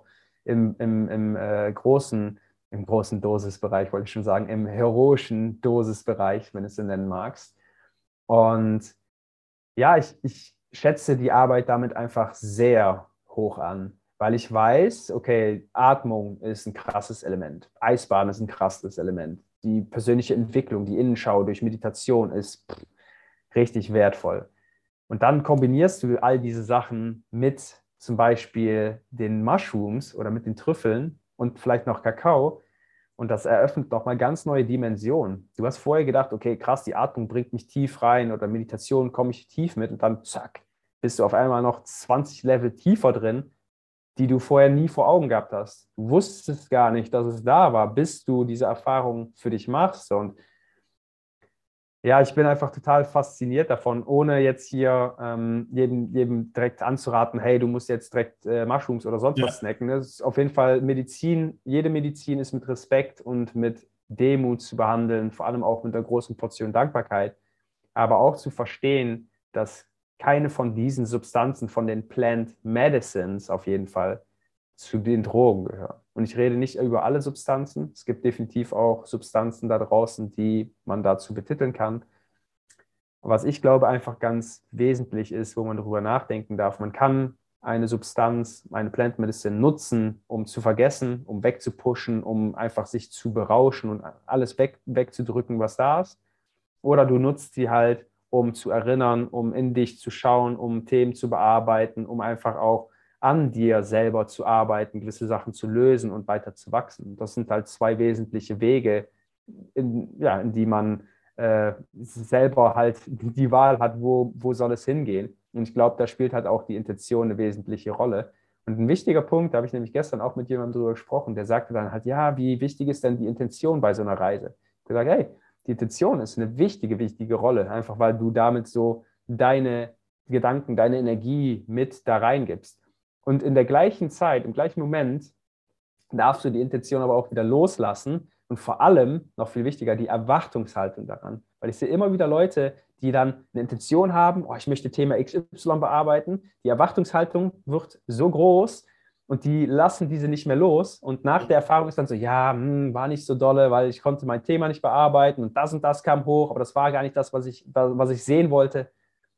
im großen Dosisbereich, wollte ich schon sagen, im heroischen Dosisbereich, wenn du es so nennen magst. Und ja, ich schätze die Arbeit damit einfach sehr hoch an, weil ich weiß, okay, Atmung ist ein krasses Element, Eisbaden ist ein krasses Element, die persönliche Entwicklung, die Innenschau durch Meditation ist richtig wertvoll. Und dann kombinierst du all diese Sachen mit zum Beispiel den Mushrooms oder mit den Trüffeln und vielleicht noch Kakao. Und das eröffnet nochmal ganz neue Dimensionen. Du hast vorher gedacht, okay, krass, die Atmung bringt mich tief rein oder Meditation komme ich tief mit und dann zack, bist du auf einmal noch 20 Level tiefer drin, die du vorher nie vor Augen gehabt hast. Du wusstest gar nicht, dass es da war, bis du diese Erfahrung für dich machst. Und ja, ich bin einfach total fasziniert davon, ohne jetzt hier jedem direkt anzuraten, hey, du musst jetzt direkt Mushrooms oder sonst was Ja. snacken. Das ist auf jeden Fall Medizin. Jede Medizin ist mit Respekt und mit Demut zu behandeln, vor allem auch mit einer großen Portion Dankbarkeit. Aber auch zu verstehen, dass keine von diesen Substanzen, von den Plant Medicines auf jeden Fall, zu den Drogen gehören. Und ich rede nicht über alle Substanzen. Es gibt definitiv auch Substanzen da draußen, die man dazu betiteln kann. Was ich glaube einfach ganz wesentlich ist, wo man darüber nachdenken darf, man kann eine Substanz, eine Plant Medicine nutzen, um zu vergessen, um wegzupushen, um einfach sich zu berauschen und alles wegzudrücken, was da ist. Oder du nutzt sie halt, um zu erinnern, um in dich zu schauen, um Themen zu bearbeiten, um einfach auch an dir selber zu arbeiten, gewisse Sachen zu lösen und weiter zu wachsen. Das sind halt zwei wesentliche Wege, in die man selber halt die Wahl hat, wo soll es hingehen. Und ich glaube, da spielt halt auch die Intention eine wesentliche Rolle. Und ein wichtiger Punkt, da habe ich nämlich gestern auch mit jemandem drüber gesprochen, der sagte dann halt, ja, wie wichtig ist denn die Intention bei so einer Reise? Ich habe gesagt, hey, die Intention ist eine wichtige Rolle, einfach weil du damit so deine Gedanken, deine Energie mit da reingibst. Und in der gleichen Zeit, im gleichen Moment, darfst du die Intention aber auch wieder loslassen und vor allem, noch viel wichtiger, die Erwartungshaltung daran. Weil ich sehe immer wieder Leute, die dann eine Intention haben, oh, ich möchte Thema XY bearbeiten. Die Erwartungshaltung wird so groß und die lassen diese nicht mehr los. Und nach der Erfahrung ist dann so, ja, war nicht so dolle, weil ich konnte mein Thema nicht bearbeiten und das kam hoch, aber das war gar nicht das, was ich sehen wollte.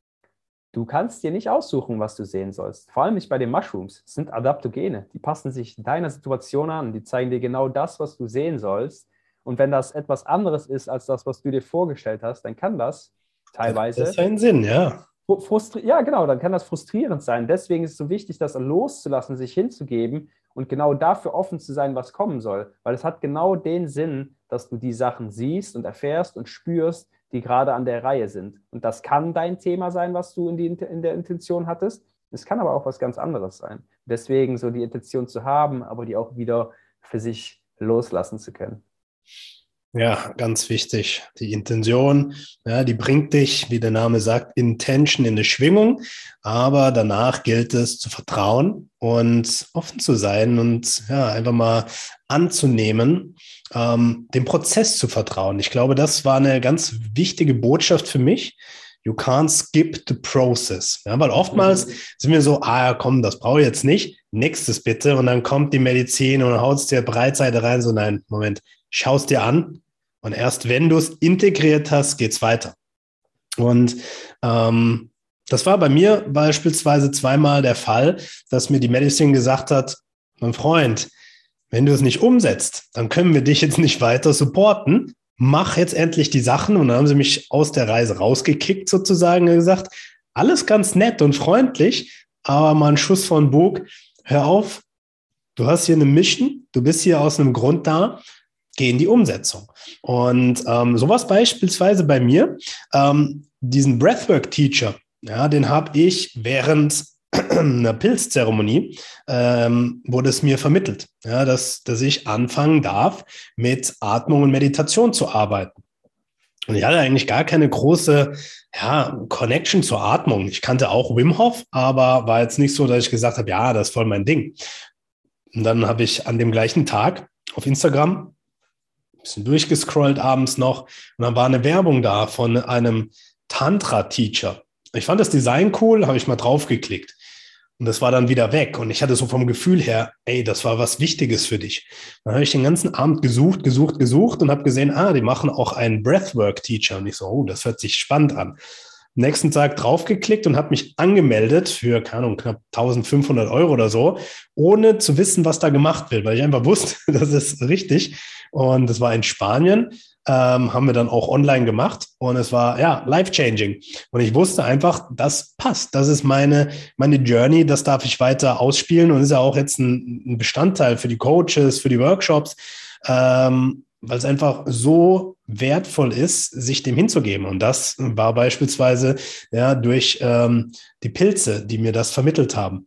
Du kannst dir nicht aussuchen, was du sehen sollst. Vor allem nicht bei den Mushrooms. Es sind Adaptogene. Die passen sich deiner Situation an. Die zeigen dir genau das, was du sehen sollst. Und wenn das etwas anderes ist, als das, was du dir vorgestellt hast, dann kann das teilweise... Das ist ein Sinn, ja. Ja, genau, dann kann das frustrierend sein. Deswegen ist es so wichtig, das loszulassen, sich hinzugeben und genau dafür offen zu sein, was kommen soll. Weil es hat genau den Sinn, dass du die Sachen siehst und erfährst und spürst, die gerade an der Reihe sind. Und das kann dein Thema sein, was du in der Intention hattest. Es kann aber auch was ganz anderes sein. Deswegen so die Intention zu haben, aber die auch wieder für sich loslassen zu können. Ja, ganz wichtig. Die Intention, ja, die bringt dich, wie der Name sagt, Intention in eine Schwingung. Aber danach gilt es zu vertrauen und offen zu sein und ja, einfach mal anzunehmen, dem Prozess zu vertrauen. Ich glaube, das war eine ganz wichtige Botschaft für mich. You can't skip the process. Ja, weil oftmals sind wir so, komm, das brauche ich jetzt nicht. Nächstes bitte. Und dann kommt die Medizin und haut es dir Breitseite rein. So, nein, Moment. Schau es dir an und erst wenn du es integriert hast, geht's weiter. Und das war bei mir beispielsweise zweimal der Fall, dass mir die Medicine gesagt hat, mein Freund, wenn du es nicht umsetzt, dann können wir dich jetzt nicht weiter supporten. Mach jetzt endlich die Sachen. Und dann haben sie mich aus der Reise rausgekickt sozusagen und gesagt, alles ganz nett und freundlich, aber mal ein Schuss von Bug. Hör auf, du hast hier eine Mission, du bist hier aus einem Grund da, geh in die Umsetzung. Und sowas beispielsweise bei mir, diesen Breathwork-Teacher, ja, den habe ich während einer Pilzzeremonie, wurde es mir vermittelt, ja, dass ich anfangen darf, mit Atmung und Meditation zu arbeiten. Und ich hatte eigentlich gar keine große Connection zur Atmung. Ich kannte auch Wim Hof, aber war jetzt nicht so, dass ich gesagt habe, ja, das ist voll mein Ding. Und dann habe ich an dem gleichen Tag auf Instagram ein bisschen durchgescrollt abends noch und dann war eine Werbung da von einem Tantra-Teacher. Ich fand das Design cool, habe ich mal draufgeklickt. Und das war dann wieder weg. Und ich hatte so vom Gefühl her, ey, das war was Wichtiges für dich. Dann habe ich den ganzen Abend gesucht und habe gesehen, die machen auch einen Breathwork-Teacher. Und ich so, oh, das hört sich spannend an. Nächsten Tag draufgeklickt und habe mich angemeldet für, keine Ahnung, knapp 1.500 € oder so, ohne zu wissen, was da gemacht wird, weil ich einfach wusste, das ist richtig. Und das war in Spanien, haben wir dann auch online gemacht und es war, life-changing. Und ich wusste einfach, das passt, das ist meine Journey, das darf ich weiter ausspielen und ist ja auch jetzt ein Bestandteil für die Coaches, für die Workshops, weil es einfach so wertvoll ist, sich dem hinzugeben. Und das war beispielsweise durch die Pilze, die mir das vermittelt haben.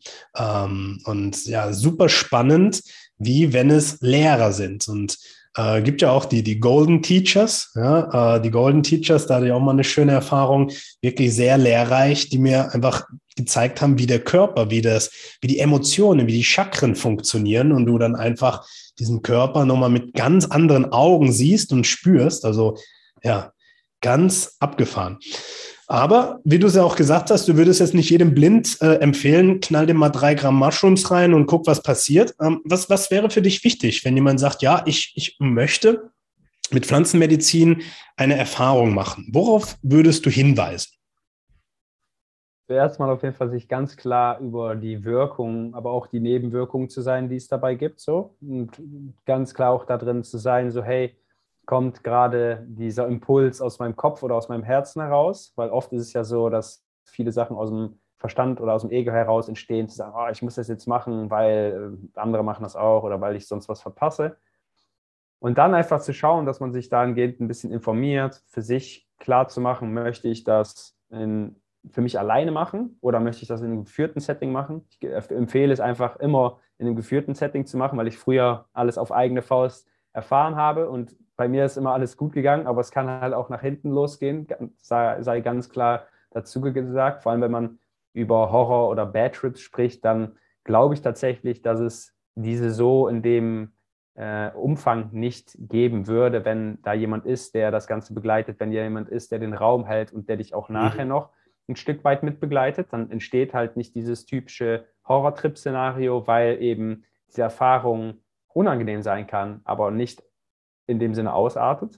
Und ja, super spannend, wie wenn es Lehrer sind. Und gibt ja auch die Golden Teachers. Ja, die Golden Teachers, da hatte ich auch mal eine schöne Erfahrung, wirklich sehr lehrreich, die mir einfach gezeigt haben, wie der Körper, wie die Emotionen, wie die Chakren funktionieren und du dann einfach diesen Körper nochmal mit ganz anderen Augen siehst und spürst. Also ja, ganz abgefahren. Aber wie du es ja auch gesagt hast, du würdest jetzt nicht jedem blind empfehlen, knall dir mal 3 Gramm Mushrooms rein und guck, was passiert. Was wäre für dich wichtig, wenn jemand sagt, ja, ich möchte mit Pflanzenmedizin eine Erfahrung machen? Worauf würdest du hinweisen? Zuerst mal auf jeden Fall sich ganz klar über die Wirkung, aber auch die Nebenwirkungen zu sein, die es dabei gibt, so. Und ganz klar auch da drin zu sein, so, hey, kommt gerade dieser Impuls aus meinem Kopf oder aus meinem Herzen heraus? Weil oft ist es ja so, dass viele Sachen aus dem Verstand oder aus dem Ego heraus entstehen, zu sagen, oh, ich muss das jetzt machen, weil andere machen das auch oder weil ich sonst was verpasse. Und dann einfach zu schauen, dass man sich dahingehend ein bisschen informiert, für sich klar zu machen, möchte ich das für mich alleine machen oder möchte ich das in einem geführten Setting machen? Ich empfehle es einfach immer in einem geführten Setting zu machen, weil ich früher alles auf eigene Faust erfahren habe und bei mir ist immer alles gut gegangen, aber es kann halt auch nach hinten losgehen, sei ganz klar dazu gesagt. Vor allem, wenn man über Horror- oder Bad Trips spricht, dann glaube ich tatsächlich, dass es diese so in dem Umfang nicht geben würde, wenn da jemand ist, der das Ganze begleitet, wenn jemand ist, der den Raum hält und der dich auch nachher noch ein Stück weit mit begleitet, dann entsteht halt nicht dieses typische Horror-Trip-Szenario, weil eben diese Erfahrung unangenehm sein kann, aber nicht in dem Sinne ausartet.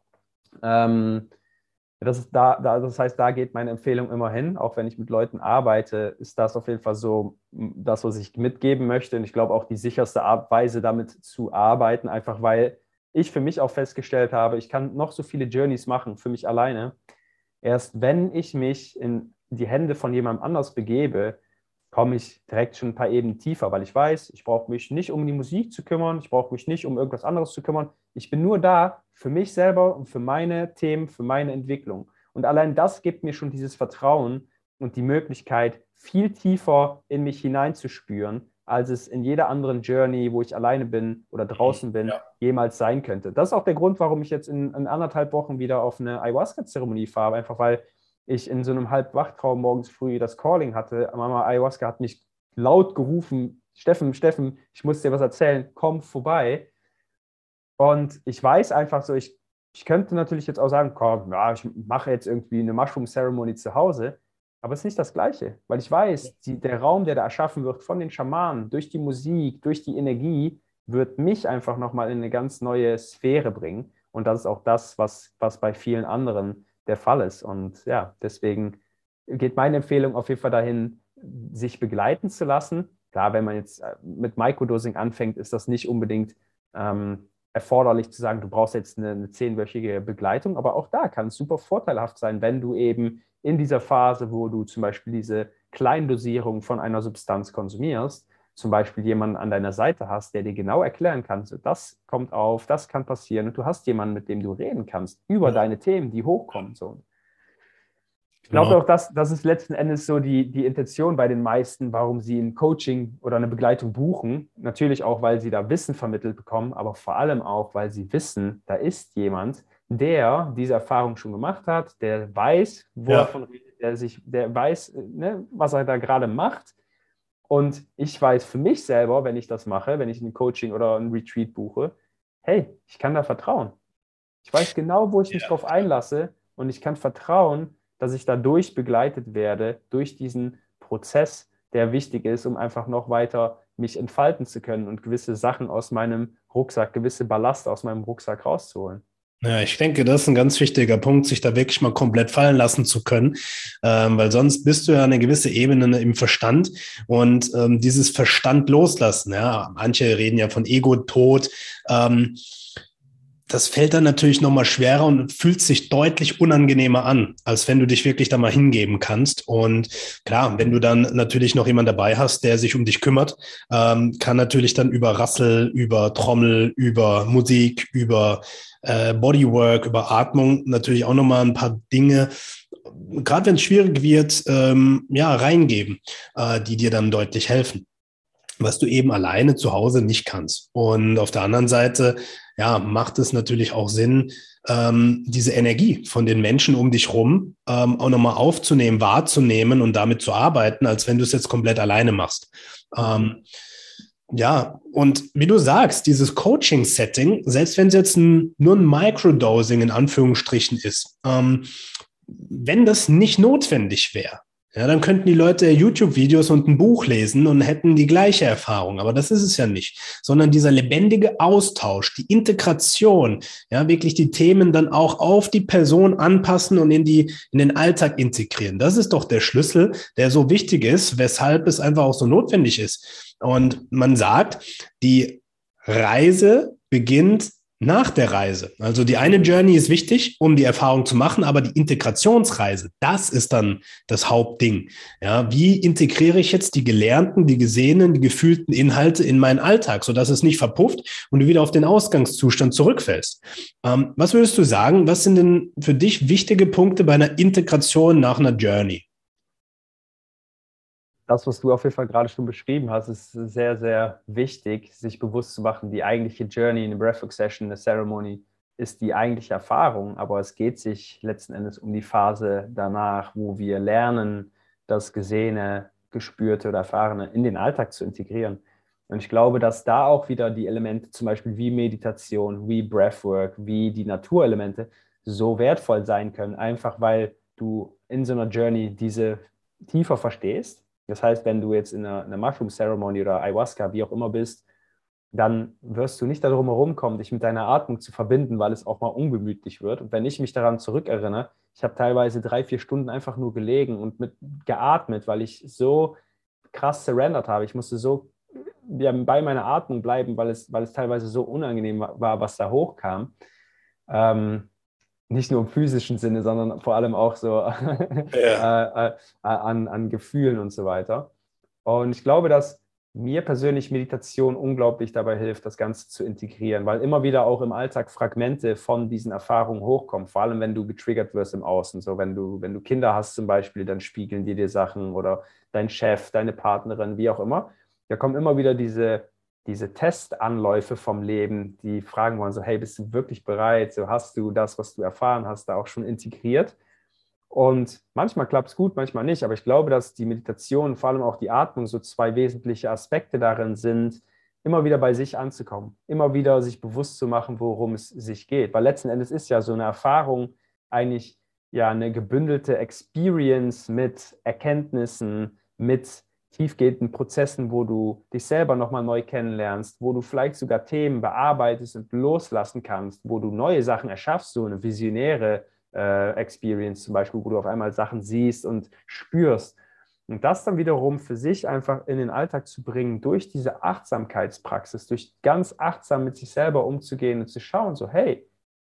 Das heißt, da geht meine Empfehlung immer hin. Auch wenn ich mit Leuten arbeite, ist das auf jeden Fall so das, was ich mitgeben möchte. Und ich glaube auch die sicherste Weise, damit zu arbeiten, einfach weil ich für mich auch festgestellt habe, ich kann noch so viele Journeys machen für mich alleine. Erst wenn ich mich in die Hände von jemandem anders begebe, komme ich direkt schon ein paar Ebenen tiefer, weil ich weiß, ich brauche mich nicht um die Musik zu kümmern, ich brauche mich nicht um irgendwas anderes zu kümmern. Ich bin nur da für mich selber und für meine Themen, für meine Entwicklung. Und allein das gibt mir schon dieses Vertrauen und die Möglichkeit, viel tiefer in mich hineinzuspüren, als es in jeder anderen Journey, wo ich alleine bin oder draußen bin, Ja. jemals sein könnte. Das ist auch der Grund, warum ich jetzt in 1,5 Wochen wieder auf eine Ayahuasca-Zeremonie fahre, einfach weil ich in so einem Halbwachtraum morgens früh das Calling hatte. Mama Ayahuasca hat mich laut gerufen, Steffen, Steffen, ich muss dir was erzählen, komm vorbei. Und ich weiß einfach so, ich könnte natürlich jetzt auch sagen, komm, ja, ich mache jetzt irgendwie eine Mushroom Ceremony zu Hause, aber es ist nicht das Gleiche, weil ich weiß, der Raum, der da erschaffen wird von den Schamanen, durch die Musik, durch die Energie, wird mich einfach nochmal in eine ganz neue Sphäre bringen. Und das ist auch das, was bei vielen anderen der Fall ist. Und ja, deswegen geht meine Empfehlung auf jeden Fall dahin, sich begleiten zu lassen. Klar, wenn man jetzt mit Microdosing anfängt, ist das nicht unbedingt erforderlich zu sagen, du brauchst jetzt eine 10-wöchige Begleitung, aber auch da kann es super vorteilhaft sein, wenn du eben in dieser Phase, wo du zum Beispiel diese Kleindosierung von einer Substanz konsumierst, zum Beispiel jemanden an deiner Seite hast, der dir genau erklären kann, so, das kommt auf, das kann passieren und du hast jemanden, mit dem du reden kannst über deine Themen, die hochkommen. So. Ich glaube Genau. auch, das ist letzten Endes so die Intention bei den meisten, warum sie ein Coaching oder eine Begleitung buchen. Natürlich auch, weil sie da Wissen vermittelt bekommen, aber vor allem auch, weil sie wissen, da ist jemand, der diese Erfahrung schon gemacht hat, der weiß, wo er von redet, der weiß, ne, was er da gerade macht. Und ich weiß für mich selber, wenn ich das mache, wenn ich ein Coaching oder ein Retreat buche, hey, ich kann da vertrauen. Ich weiß genau, wo ich mich drauf einlasse und ich kann vertrauen, dass ich dadurch begleitet werde, durch diesen Prozess, der wichtig ist, um einfach noch weiter mich entfalten zu können und gewisse Sachen aus meinem Rucksack, gewisse Ballast aus meinem Rucksack rauszuholen. Ja, ich denke, das ist ein ganz wichtiger Punkt, sich da wirklich mal komplett fallen lassen zu können, weil sonst bist du ja eine gewisse Ebene im Verstand und dieses Verstand loslassen, ja, manche reden ja von Ego-Tod, das fällt dann natürlich nochmal schwerer und fühlt sich deutlich unangenehmer an, als wenn du dich wirklich da mal hingeben kannst. Und klar, wenn du dann natürlich noch jemanden dabei hast, der sich um dich kümmert, kann natürlich dann über Rassel, über Trommel, über Musik, über Bodywork, über Atmung natürlich auch nochmal ein paar Dinge, gerade wenn es schwierig wird, ja, reingeben, die dir dann deutlich helfen, was du eben alleine zu Hause nicht kannst. Und auf der anderen Seite, ja, macht es natürlich auch Sinn, diese Energie von den Menschen um dich rum auch nochmal aufzunehmen, wahrzunehmen und damit zu arbeiten, als wenn du es jetzt komplett alleine machst. Ja, und wie du sagst, dieses Coaching-Setting, selbst wenn es jetzt nur ein Microdosing in Anführungsstrichen ist, wenn das nicht notwendig wäre, ja, dann könnten die Leute YouTube-Videos und ein Buch lesen und hätten die gleiche Erfahrung. Aber das ist es ja nicht, sondern dieser lebendige Austausch, die Integration, ja, wirklich die Themen dann auch auf die Person anpassen und in den Alltag integrieren. Das ist doch der Schlüssel, der so wichtig ist, weshalb es einfach auch so notwendig ist. Und man sagt, die Reise beginnt nach der Reise. Also die eine Journey ist wichtig, um die Erfahrung zu machen, aber die Integrationsreise, das ist dann das Hauptding. Ja, wie integriere ich jetzt die gelernten, die gesehenen, die gefühlten Inhalte in meinen Alltag, sodass es nicht verpufft und du wieder auf den Ausgangszustand zurückfällst? Was würdest du sagen, was sind denn für dich wichtige Punkte bei einer Integration nach einer Journey? Das, was du auf jeden Fall gerade schon beschrieben hast, ist sehr, sehr wichtig, sich bewusst zu machen. Die eigentliche Journey in der Breathwork-Session, eine Ceremony, ist die eigentliche Erfahrung, aber es geht sich letzten Endes um die Phase danach, wo wir lernen, das Gesehene, Gespürte oder Erfahrene in den Alltag zu integrieren. Und ich glaube, dass da auch wieder die Elemente, zum Beispiel wie Meditation, wie Breathwork, wie die Naturelemente, so wertvoll sein können, einfach weil du in so einer Journey diese tiefer verstehst. Das heißt, wenn du jetzt in einer Mushroom Ceremony oder Ayahuasca, wie auch immer bist, dann wirst du nicht darum herumkommen, dich mit deiner Atmung zu verbinden, weil es auch mal ungemütlich wird. Und wenn ich mich daran zurückerinnere, ich habe teilweise 3-4 Stunden einfach nur gelegen und geatmet, weil ich so krass surrendert habe. Ich musste so bei meiner Atmung bleiben, weil es teilweise so unangenehm war, was da hochkam. Nicht nur im physischen Sinne, sondern vor allem auch so an Gefühlen und so weiter. Und ich glaube, dass mir persönlich Meditation unglaublich dabei hilft, das Ganze zu integrieren, weil immer wieder auch im Alltag Fragmente von diesen Erfahrungen hochkommen, vor allem wenn du getriggert wirst im Außen. So, wenn du Kinder hast zum Beispiel, dann spiegeln die dir Sachen oder dein Chef, deine Partnerin, wie auch immer. Da kommen immer wieder diese Testanläufe vom Leben, die fragen wollen so, hey, bist du wirklich bereit? So, hast du das, was du erfahren hast, da auch schon integriert? Und manchmal klappt es gut, manchmal nicht. Aber ich glaube, dass die Meditation, vor allem auch die Atmung, so 2 wesentliche Aspekte darin sind, immer wieder bei sich anzukommen, immer wieder sich bewusst zu machen, worum es sich geht. Weil letzten Endes ist ja so eine Erfahrung eigentlich ja eine gebündelte Experience mit Erkenntnissen, mit tiefgehenden Prozessen, wo du dich selber nochmal neu kennenlernst, wo du vielleicht sogar Themen bearbeitest und loslassen kannst, wo du neue Sachen erschaffst, so eine visionäre Experience zum Beispiel, wo du auf einmal Sachen siehst und spürst. Und das dann wiederum für sich einfach in den Alltag zu bringen, durch diese Achtsamkeitspraxis, durch ganz achtsam mit sich selber umzugehen und zu schauen, so hey,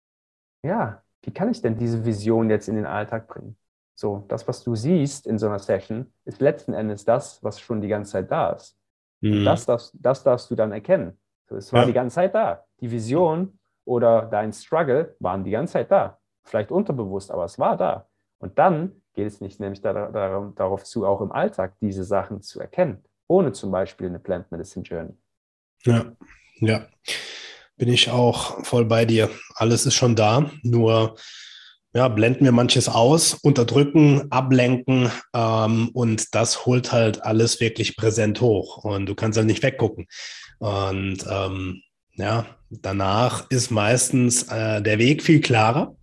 ja, wie kann ich denn diese Vision jetzt in den Alltag bringen? So, das, was du siehst in so einer Session, ist letzten Endes das, was schon die ganze Zeit da ist. Und das darfst du dann erkennen. So, es war die ganze Zeit da. Die Vision oder dein Struggle waren die ganze Zeit da. Vielleicht unterbewusst, aber es war da. Und dann geht es nicht nämlich darauf zu, auch im Alltag diese Sachen zu erkennen, ohne zum Beispiel eine Plant Medicine Journey. Ja, ja, bin ich auch voll bei dir. Alles ist schon da, nur ja, blenden wir manches aus, unterdrücken, ablenken und das holt halt alles wirklich präsent hoch und du kannst halt nicht weggucken. Und ja, danach ist meistens der Weg viel klarer.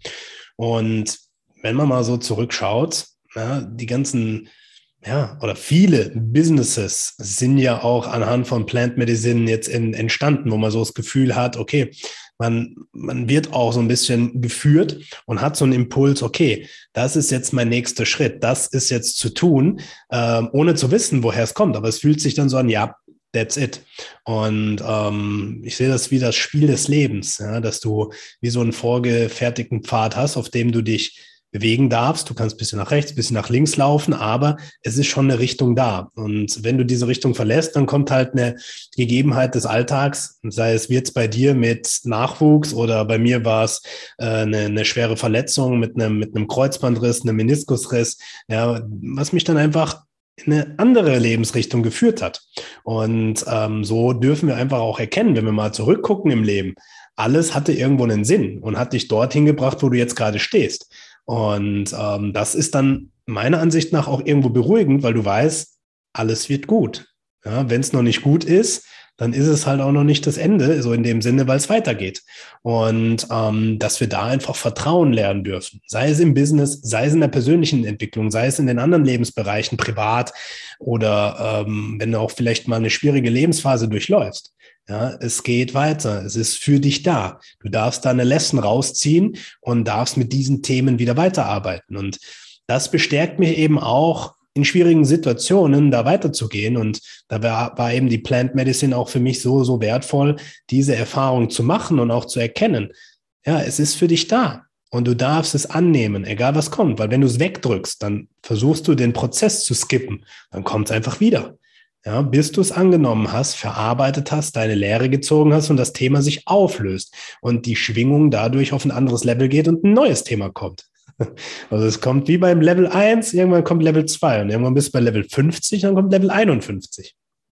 Und wenn man mal so zurückschaut, ja, die ganzen, ja, oder viele Businesses sind ja auch anhand von Plant Medicine jetzt entstanden, wo man so das Gefühl hat, okay, man wird auch so ein bisschen geführt und hat so einen Impuls, okay, das ist jetzt mein nächster Schritt, das ist jetzt zu tun, ohne zu wissen, woher es kommt. Aber es fühlt sich dann so an, ja, that's it. Und ich sehe das wie das Spiel des Lebens, ja, dass du wie so einen vorgefertigten Pfad hast, auf dem du dich bewegen darfst. Du kannst ein bisschen nach rechts, ein bisschen nach links laufen, aber es ist schon eine Richtung da. Und wenn du diese Richtung verlässt, dann kommt halt eine Gegebenheit des Alltags, sei es jetzt bei dir mit Nachwuchs oder bei mir war es eine schwere Verletzung mit einem Kreuzbandriss, einem Meniskusriss, ja, was mich dann einfach in eine andere Lebensrichtung geführt hat. Und so dürfen wir einfach auch erkennen, wenn wir mal zurückgucken im Leben, alles hatte irgendwo einen Sinn und hat dich dorthin gebracht, wo du jetzt gerade stehst. Und das ist dann meiner Ansicht nach auch irgendwo beruhigend, weil du weißt, alles wird gut. Ja, wenn es noch nicht gut ist, dann ist es halt auch noch nicht das Ende, so in dem Sinne, weil es weitergeht. Und dass wir da einfach Vertrauen lernen dürfen, sei es im Business, sei es in der persönlichen Entwicklung, sei es in den anderen Lebensbereichen, privat oder wenn du auch vielleicht mal eine schwierige Lebensphase durchläufst. Ja, es geht weiter. Es ist für dich da. Du darfst da eine Lesson rausziehen und darfst mit diesen Themen wieder weiterarbeiten. Und das bestärkt mich eben auch, in schwierigen Situationen da weiterzugehen. Und da war eben die Plant Medicine auch für mich so, so wertvoll, diese Erfahrung zu machen und auch zu erkennen. Ja, es ist für dich da. Und du darfst es annehmen, egal was kommt. Weil wenn du es wegdrückst, dann versuchst du den Prozess zu skippen. Dann kommt es einfach wieder. Ja, bis du es angenommen hast, verarbeitet hast, deine Lehre gezogen hast und das Thema sich auflöst und die Schwingung dadurch auf ein anderes Level geht und ein neues Thema kommt. Also es kommt wie beim Level 1, irgendwann kommt Level 2 und irgendwann bist du bei Level 50, dann kommt Level 51.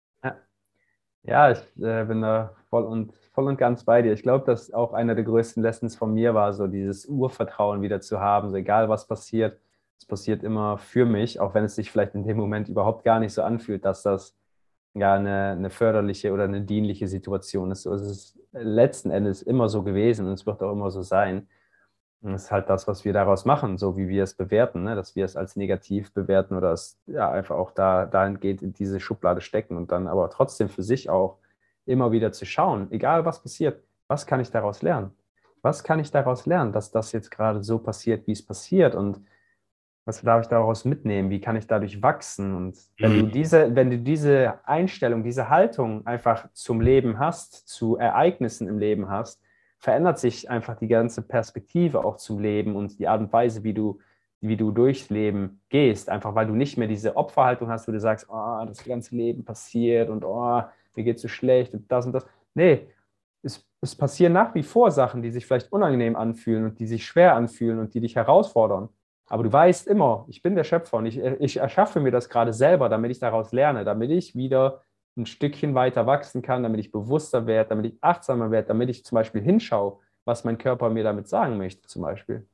Ja, ich bin da voll und ganz bei dir. Ich glaube, dass auch einer der größten Lessons von mir war, so dieses Urvertrauen wieder zu haben, so egal was passiert, es passiert immer für mich, auch wenn es sich vielleicht in dem Moment überhaupt gar nicht so anfühlt, dass das ja eine förderliche oder eine dienliche Situation ist. So ist es letzten Endes immer so gewesen und es wird auch immer so sein. Und das ist halt das, was wir daraus machen, so wie wir es bewerten, ne? Dass wir es als negativ bewerten oder es ja einfach auch dahingehend in diese Schublade stecken und dann aber trotzdem für sich auch immer wieder zu schauen, egal was passiert, was kann ich daraus lernen? Was kann ich daraus lernen, dass das jetzt gerade so passiert, wie es passiert und was darf ich daraus mitnehmen? Wie kann ich dadurch wachsen? Und wenn du diese Einstellung, diese Haltung einfach zum Leben hast, zu Ereignissen im Leben hast, verändert sich einfach die ganze Perspektive auch zum Leben und die Art und Weise, wie du durchs Leben gehst. Einfach weil du nicht mehr diese Opferhaltung hast, wo du sagst, oh, das ganze Leben passiert und oh, mir geht es so schlecht und das und das. Nee, es passieren nach wie vor Sachen, die sich vielleicht unangenehm anfühlen und die sich schwer anfühlen und die dich herausfordern. Aber du weißt immer, ich bin der Schöpfer und ich erschaffe mir das gerade selber, damit ich daraus lerne, damit ich wieder ein Stückchen weiter wachsen kann, damit ich bewusster werde, damit ich achtsamer werde, damit ich zum Beispiel hinschaue, was mein Körper mir damit sagen möchte, zum Beispiel.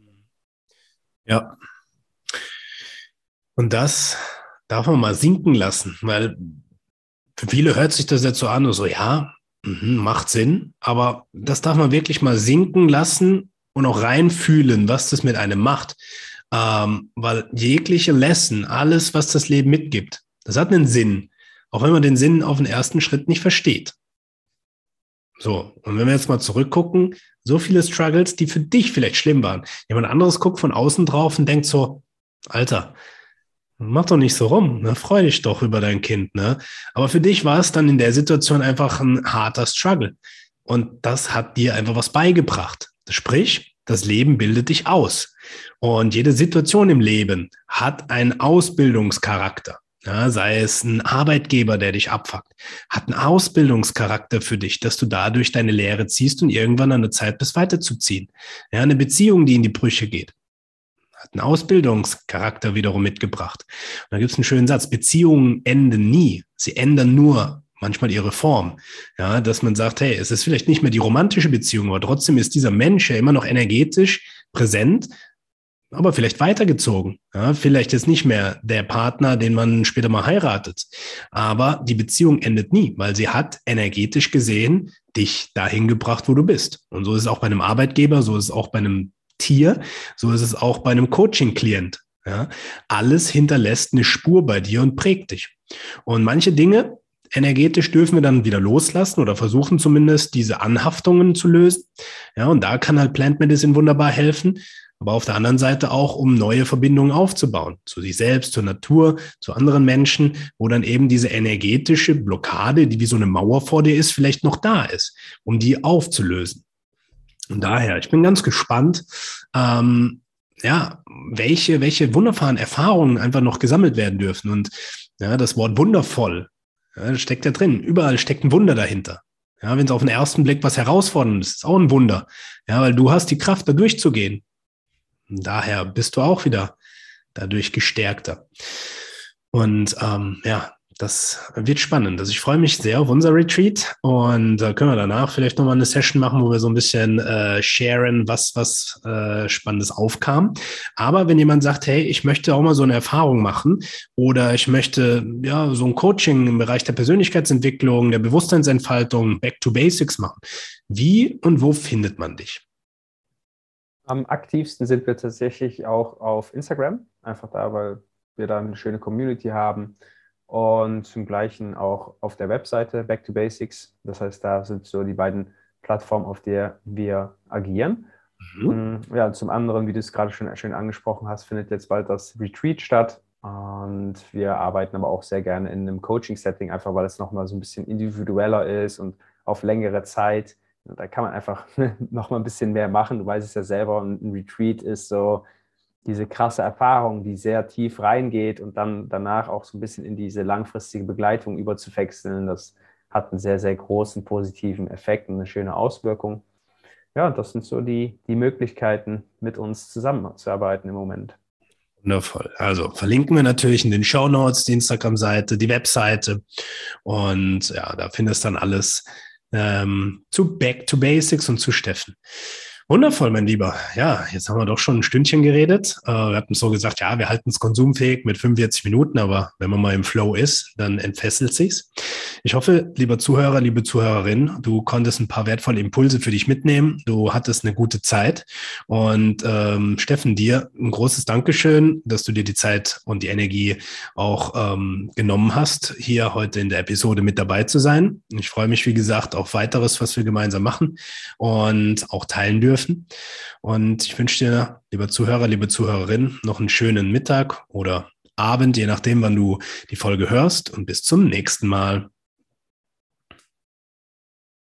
Ja, und das darf man mal sinken lassen, weil für viele hört sich das jetzt so an, so ja, macht Sinn, aber das darf man wirklich mal sinken lassen und auch reinfühlen, was das mit einem macht. Weil jegliche Lesson, alles, was das Leben mitgibt, das hat einen Sinn, auch wenn man den Sinn auf den ersten Schritt nicht versteht. So, und wenn wir jetzt mal zurückgucken, so viele Struggles, die für dich vielleicht schlimm waren. Jemand anderes guckt von außen drauf und denkt so, Alter, mach doch nicht so rum, ne? Freu dich doch über dein Kind, ne? Aber für dich war es dann in der Situation einfach ein harter Struggle. Und das hat dir einfach was beigebracht. Sprich, das Leben bildet dich aus. Und jede Situation im Leben hat einen Ausbildungscharakter. Ja, sei es ein Arbeitgeber, der dich abfuckt, hat einen Ausbildungscharakter für dich, dass du dadurch deine Lehre ziehst und irgendwann an der Zeit bist, weiterzuziehen. Ja, eine Beziehung, die in die Brüche geht, hat einen Ausbildungscharakter wiederum mitgebracht. Und da gibt es einen schönen Satz, Beziehungen enden nie, sie ändern nur manchmal ihre Form. Ja, dass man sagt, hey, es ist vielleicht nicht mehr die romantische Beziehung, aber trotzdem ist dieser Mensch ja immer noch energetisch präsent, aber vielleicht weitergezogen. Ja, vielleicht ist nicht mehr der Partner, den man später mal heiratet. Aber die Beziehung endet nie, weil sie hat energetisch gesehen dich dahin gebracht, wo du bist. Und so ist es auch bei einem Arbeitgeber, so ist es auch bei einem Tier, so ist es auch bei einem Coaching-Klient. Ja, alles hinterlässt eine Spur bei dir und prägt dich. Und manche Dinge energetisch dürfen wir dann wieder loslassen oder versuchen zumindest diese Anhaftungen zu lösen. Ja, und da kann halt Plant Medicine wunderbar helfen. Aber auf der anderen Seite auch, um neue Verbindungen aufzubauen, zu sich selbst, zur Natur, zu anderen Menschen, wo dann eben diese energetische Blockade, die wie so eine Mauer vor dir ist, vielleicht noch da ist, um die aufzulösen. Und daher, ich bin ganz gespannt, ja, welche wunderbaren Erfahrungen einfach noch gesammelt werden dürfen. Und ja, das Wort wundervoll, ja, das steckt ja drin. Überall steckt ein Wunder dahinter. Ja, wenn es auf den ersten Blick was herausforderndes ist, ist auch ein Wunder. Ja, weil du hast die Kraft, da durchzugehen. Und daher bist du auch wieder dadurch gestärkter. Und ja, Das wird spannend. Also ich freue mich sehr auf unser Retreat und können wir danach vielleicht nochmal eine Session machen, wo wir so ein bisschen sharen, was Spannendes aufkam. Aber wenn jemand sagt, hey, ich möchte auch mal so eine Erfahrung machen oder ich möchte ja so ein Coaching im Bereich der Persönlichkeitsentwicklung, der Bewusstseinsentfaltung, Back to Basics machen, wie und wo findet man dich? Am aktivsten sind wir tatsächlich auch auf Instagram, einfach da, weil wir da eine schöne Community haben. Und zum Gleichen auch auf der Webseite Back to Basics. Das heißt, da sind so die beiden Plattformen, auf der wir agieren. Mhm. Ja, zum anderen, wie du es gerade schon schön angesprochen hast, findet jetzt bald das Retreat statt. Und wir arbeiten aber auch sehr gerne in einem Coaching-Setting, einfach weil es nochmal so ein bisschen individueller ist und auf längere Zeit. Da kann man einfach nochmal ein bisschen mehr machen. Du weißt es ja selber, ein Retreat ist so diese krasse Erfahrung, die sehr tief reingeht und dann danach auch so ein bisschen in diese langfristige Begleitung überzuwechseln. Das hat einen sehr, sehr großen positiven Effekt und eine schöne Auswirkung. Ja, das sind so die Möglichkeiten, mit uns zusammenzuarbeiten im Moment. Wundervoll. Also verlinken wir natürlich in den Shownotes die Instagram-Seite, die Webseite und ja, da findest du dann alles zu Back to Basics und zu Steffen. Wundervoll, mein Lieber. Ja, jetzt haben wir doch schon ein Stündchen geredet. Wir hatten so gesagt, ja, wir halten es konsumfähig mit 45 Minuten, aber wenn man mal im Flow ist, dann entfesselt sich's. Ich hoffe, lieber Zuhörer, liebe Zuhörerin, du konntest ein paar wertvolle Impulse für dich mitnehmen. Du hattest eine gute Zeit. Und Steffen, dir ein großes Dankeschön, dass du dir die Zeit und die Energie auch genommen hast, hier heute in der Episode mit dabei zu sein. Ich freue mich, wie gesagt, auf weiteres, was wir gemeinsam machen und auch teilen dürfen. Und ich wünsche dir, lieber Zuhörer, liebe Zuhörerin, noch einen schönen Mittag oder Abend, je nachdem, wann du die Folge hörst. Und bis zum nächsten Mal.